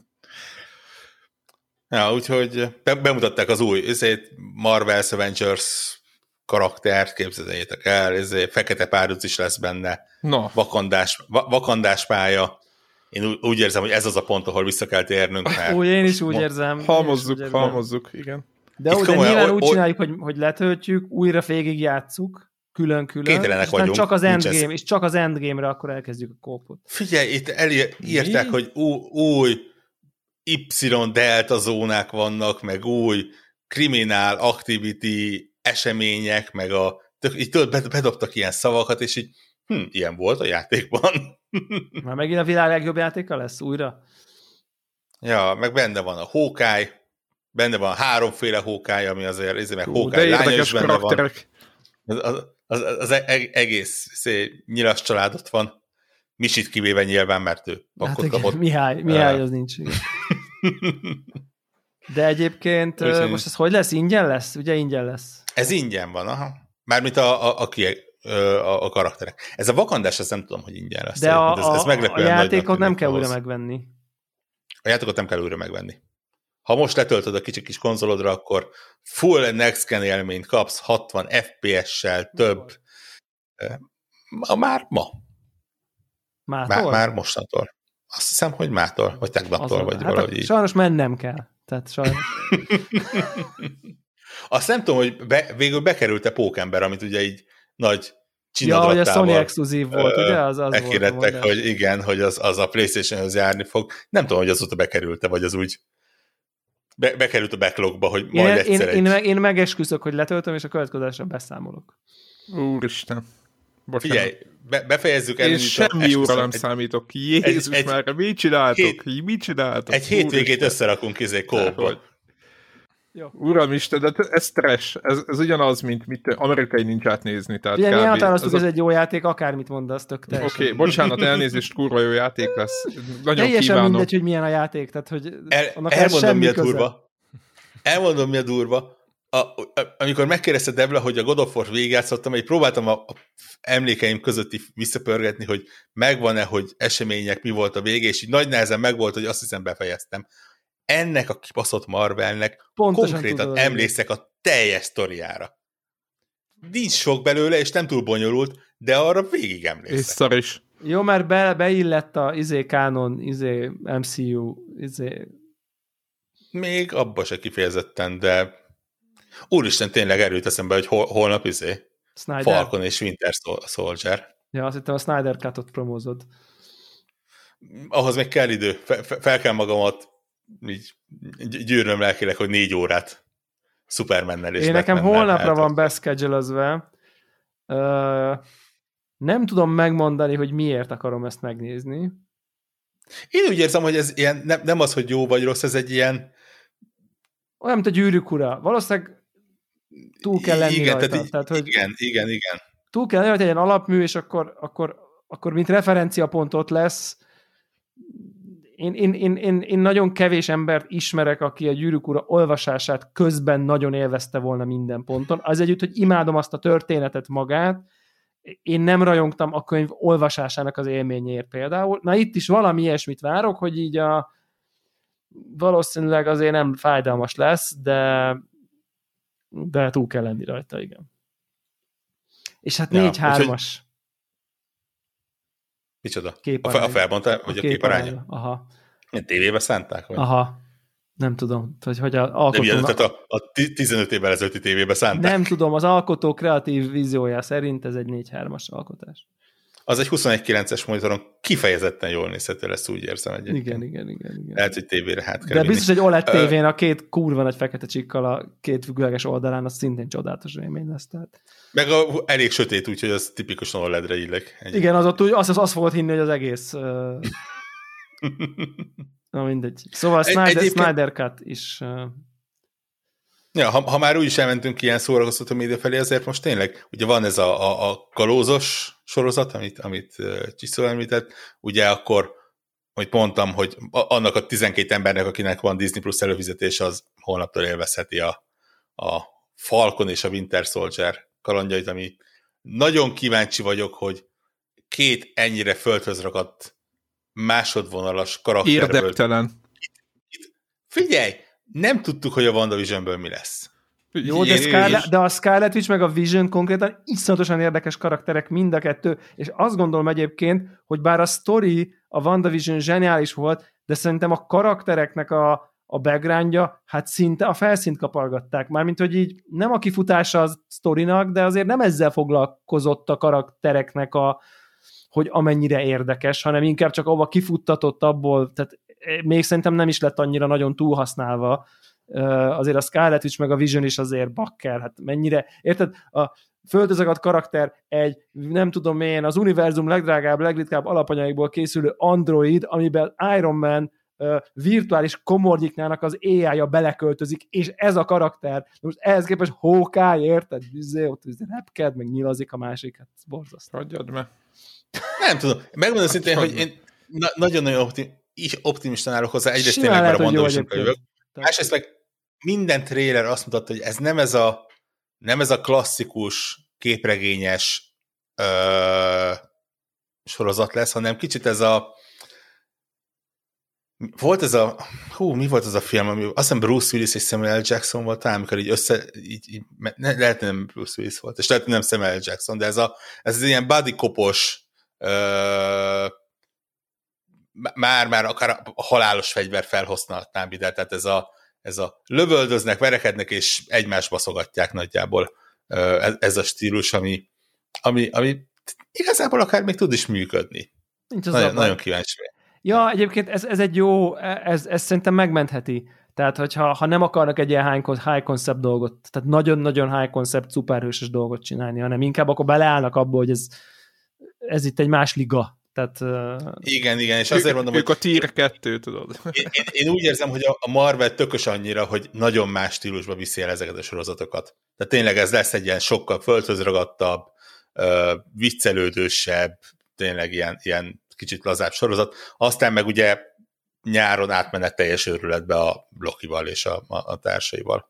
Ja, úgyhogy bemutatták az új Marvel's Avengers karaktert, képzeljétek el, fekete párduc is lesz benne, no. vakandás pálya. Én úgy érzem, hogy ez az a pont, ahol vissza kell térnünk. Én is úgy érzem. Halmozzuk, igen. De nyilván úgy csináljuk, hogy letöltjük, újra végig játsszuk, külön-külön, és csak az endgame, és csak az endgame-re akkor elkezdjük a kópot. Figyelj, itt írták, hogy új Y-delta zónák vannak, meg új criminal activity események, meg a így tudod, bedobtak ilyen szavakat, és így ilyen volt a játékban. Már megint a világ legjobb játéka lesz újra? Ja, meg benne van a Hawkeye, benne van 3 Hawkeye, ami azért meg Hawkeye de lánya érdekes is benne karakterek. van. Az egész nyilas családot van. Misit kivéve nyilván, mert ő pakkot kapott. Mihály az nincs. De egyébként most ez hogy lesz? Ingyen lesz? Ugye ingyen lesz? Ez ingyen van, aha. Mármint a karakterek. Ez a vakandás, ezt nem tudom, hogy ingyen lesz. De ez a játékot nem kell újra megvenni. A játékot nem kell újra megvenni. Ha most letöltöd a kis konzolodra, akkor full next gen élményt kapsz, 60 FPS-sel több. Már ma. Már mostantól. Azt hiszem, hogy mától, vagy tegnaptól, vagy valahogy így. Sajnos mennem kell. Tehát sajnos. Azt nem tudom, hogy végül bekerült-e Pókember, amit ugye így nagy csinadrattával. Ja, hogy a Sony exkluzív volt, ugye? Az elkérettek, hogy igen, hogy az a PlayStation-höz járni fog. Nem tudom, hogy azóta bekerült-e, vagy az úgy bekerült a backlogba, hogy majd egyszer én megesküszök, hogy letöltöm, és a következősre beszámolok. Úristen. Bocsánat. Figyelj, befejezzük el. Én semmi jóra nem számítok. Jézus már, mit csináltok? Egy hétvégét összerakunk kópból. Uramisten, de ez trash. Ez ugyanaz, mint amerikai nincsát nézni. Tehát mi elhatároztuk, ez egy jó játék, akármit mondasz, tök teljesen. Oké, bocsánat, elnézést, kurva jó játék lesz. Nagyon teljesen kívánom. mindegy, hogy milyen a játék. Tehát, hogy elmondom, mi a durva. Elmondom, mi a durva. Amikor megkérdezte Debla, hogy a God of War végigjátszottam, így próbáltam a emlékeim közötti visszapörgetni, hogy megvan-e, hogy események, mi volt a vége, és így nagy nehezen megvolt, hogy azt hiszem befejeztem. Ennek a kibaszott Marvelnek pontosan konkrétan emlékszek a teljes sztoriára. Nincs sok belőle, és nem túl bonyolult, de arra végig emlékszek. És szar is. Jó, mert beillett a canon, MCU, Még abba se kifejezetten, de úristen, tényleg erőt eszembe, hogy holnap Falcon és Winter Soldier. Ja, azt hittem a Snyder Cut-ot promózod. Ahhoz még kell idő. Fel kell magamat így gyűrnöm lelkileg, hogy 4 órát Supermannel és nekem holnapra van beszkedjelezve. Nem tudom megmondani, hogy miért akarom ezt megnézni. Én úgy érzem, hogy ez ilyen, nem az, hogy jó vagy rossz, ez egy ilyen... Olyan, mint a Gyűrűk ura. Valószínűleg túl kell lenni igen, rajta. Tehát, hogy igen. Túl kell lenni rajta, egy ilyen alapmű, és akkor mint referenciapont ott lesz. Én nagyon kevés embert ismerek, aki a Gyűrűk ura olvasását közben nagyon élvezte volna minden ponton. Az együtt, hogy imádom azt a történetet magát, én nem rajongtam a könyv olvasásának az élményéért például. Na itt is valami ilyesmit várok, hogy így valószínűleg azért nem fájdalmas lesz, de túl kell lenni rajta, igen. És hát 4-3-as. Micsoda? A felbontál, vagy a képaránya? Aha. Ilyen tévébe szánták? Vagy? Aha. Nem tudom, hogy tehát a 15 évvel ezelőtti tévébe szánták. Nem tudom, az alkotó kreatív víziója szerint ez egy 4-3-as alkotás. Az egy 21.9-es monitoron kifejezetten jól nézhető lesz, úgy érzem egyébként. Igen. Lehet, hogy tévére hát kell De vinni. biztos, hogy OLED tévén a két kurva nagy fekete csikkal a két függőleges oldalán, az szintén csodálatos élmény lesz. Tehát. Meg elég sötét, úgyhogy az tipikusan OLED-re illik. Igen, az ott úgy, azt fogod hinni, hogy az egész... Na mindegy. Szóval Snyder Cut is... Ja, ha már úgy is elmentünk ilyen szórakoztató média felé, azért most tényleg, ugye van ez a kalózos sorozat, amit Csiszó említett, ugye akkor, amit mondtam, hogy annak a 12 embernek, akinek van Disney Plus előfizetés, az holnaptól élvezheti a Falcon és a Winter Soldier kalandjait, ami nagyon kíváncsi vagyok, hogy két ennyire földhöz rakadt másodvonalas karakterből... Érdektelen. Figyelj! Nem tudtuk, hogy a WandaVisionből mi lesz. Jó, de a Scarlet Witch meg a Vision konkrétan iszonyatosan érdekes karakterek mind a kettő, és azt gondolom egyébként, hogy bár a sztori a WandaVision zseniális volt, de szerintem a karaktereknek a backgroundja, hát szinte a felszínt kapargatták. Mármint, hogy így nem a kifutása a sztorinak, de azért nem ezzel foglalkozott a karaktereknek hogy amennyire érdekes, hanem inkább csak ahova kifuttatott abból, tehát még szerintem nem is lett annyira nagyon túlhasználva. Azért a Scarlet Witch meg a Vision is azért bakker, hát mennyire, érted? föltözagadt karakter egy, nem tudom én, az univerzum legdrágább, legritkább alapanyagból készülő android, amiben Iron Man virtuális komornyiknának az AI-ja beleköltözik, és ez a karakter. Most ehhez képest Hawkeye, érted? Ott repked, meg nyilazik a másik, hát borzasztó. Hagyjad meg. Nem tudom, megmondom szintén, hogy én nagyon-nagyon optimistán állok hozzá, egyrészt tényleg már a WandaVision jövök. Másrészt meg minden trailer azt mutatta, hogy ez nem ez a klasszikus, képregényes sorozat lesz, hanem kicsit ez a volt ez a mi volt az a film, ami azt hiszem Bruce Willis és Samuel Jackson volt, amikor így lehet nem Bruce Willis volt, és lehet nem Samuel Jackson, de ez az ilyen buddy kopos már akár a halálos fegyver felhasználhatnám ide, tehát ez a lövöldöznek, verekednek, és egymásba szogatják nagyjából ez a stílus, ami igazából akár még tud is működni. Nagyon kíváncsi. Ja, egyébként ez egy jó, ez szerintem megmentheti. Tehát, hogyha nem akarnak egy ilyen high concept dolgot, tehát nagyon-nagyon high concept, szuperhősös dolgot csinálni, hanem inkább akkor beleállnak abba, hogy ez itt egy más liga. Tehát, igen, és azért mondom, hogy... a tier 2, tudod. Én úgy érzem, hogy a Marvel tökös annyira, hogy nagyon más stílusba viszi el ezeket a sorozatokat. Tehát tényleg ez lesz egy ilyen sokkal földhözragadtabb, viccelődősebb, tényleg ilyen kicsit lazább sorozat. Aztán meg ugye nyáron átmenet teljes őrületbe a Lokival és a társaival.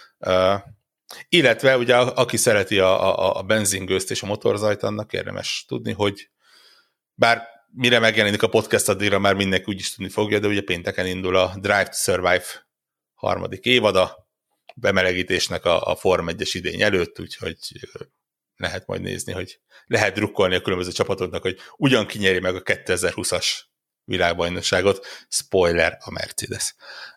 Illetve ugye aki szereti a benzingőzt és a motorzajt, annak érdemes tudni, hogy bár mire megjelenik a podcast, addigra már mindenki úgyis tudni fogja, de ugye pénteken indul a Drive to Survive 3. évada, bemelegítésnek a Form 1-es idény előtt, úgyhogy lehet majd nézni, hogy lehet drukkolni a különböző csapatoknak, hogy ugyan kinyeri meg a 2020-as világbajnokságot. Spoiler, a Mercedes.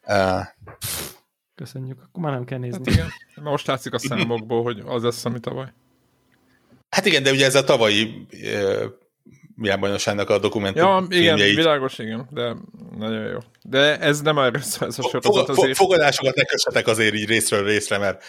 Köszönjük, akkor már nem kell nézni. Hát igen, most látszik a számokból, hogy az lesz, ami tavaly. Hát igen, de ugye ez a tavalyi világbajnokságnak a dokumentum. Ja, igen, világos, igen, de nagyon jó. De ez nem erről szól, ez a sorozat azért. Fogadásokat ne kössetek azért így részről részre, mert...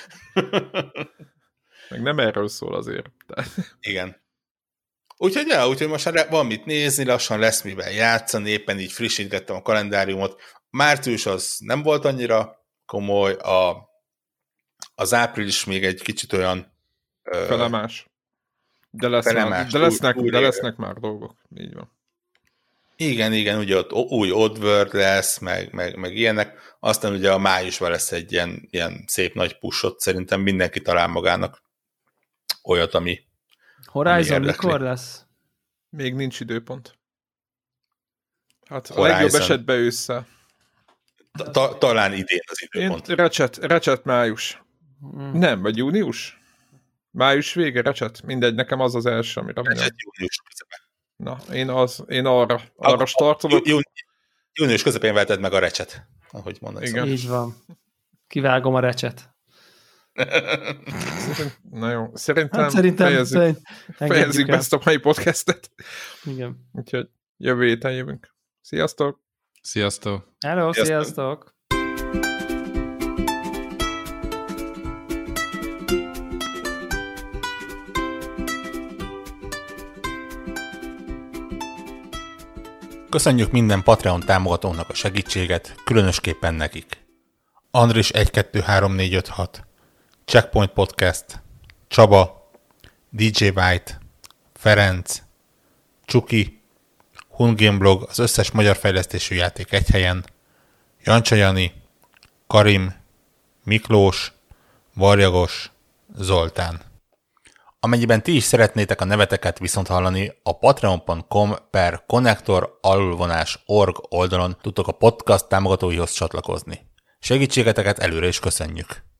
Meg nem erről szól azért. Igen. Úgyhogy most már van mit nézni, lassan lesz mivel játszani, éppen így frissítgettem a kalendáriumot. Március az nem volt annyira komoly, az április még egy kicsit olyan... Felemás. De lesznek már dolgok. Így van. Igen, ugye ott új Oddworld lesz, meg ilyenek. Aztán ugye a májusban lesz egy ilyen szép nagy pushot, szerintem mindenki talál magának olyat, ami Horizon mikor lesz? Még nincs időpont. Hát a legjobb esetben ősszel. Talán idén az időpont. Ratchet május. Nem, vagy június? Május vége, Ratchet? Mindegy, nekem az az első, amire Ratchet június közepén. Na, én arra startolok. Június közepén veheted meg a Ratchet, ahogy mondod. Igen. Így van. Kivágom a Ratchet. Na jó, szerintem fejezzük be ezt a mai podcastet. Igen. Úgyhogy jövő héten jövünk. Sziasztok! Sziasztok! Hello, sziasztok! Köszönjük minden Patreon támogatónak a segítséget, különösképpen nekik. Andris 123456, Checkpoint Podcast, Csaba, DJ White, Ferenc, Csuki, Hungameblog, az összes magyar fejlesztésű játék egy helyen, Jancsa Jani, Karim, Miklós, Varjagos, Zoltán. Amennyiben ti is szeretnétek a neveteket viszont hallani, a patreon.com/connector_org oldalon tudtok a podcast támogatóihoz csatlakozni. Segítségeteket előre is köszönjük!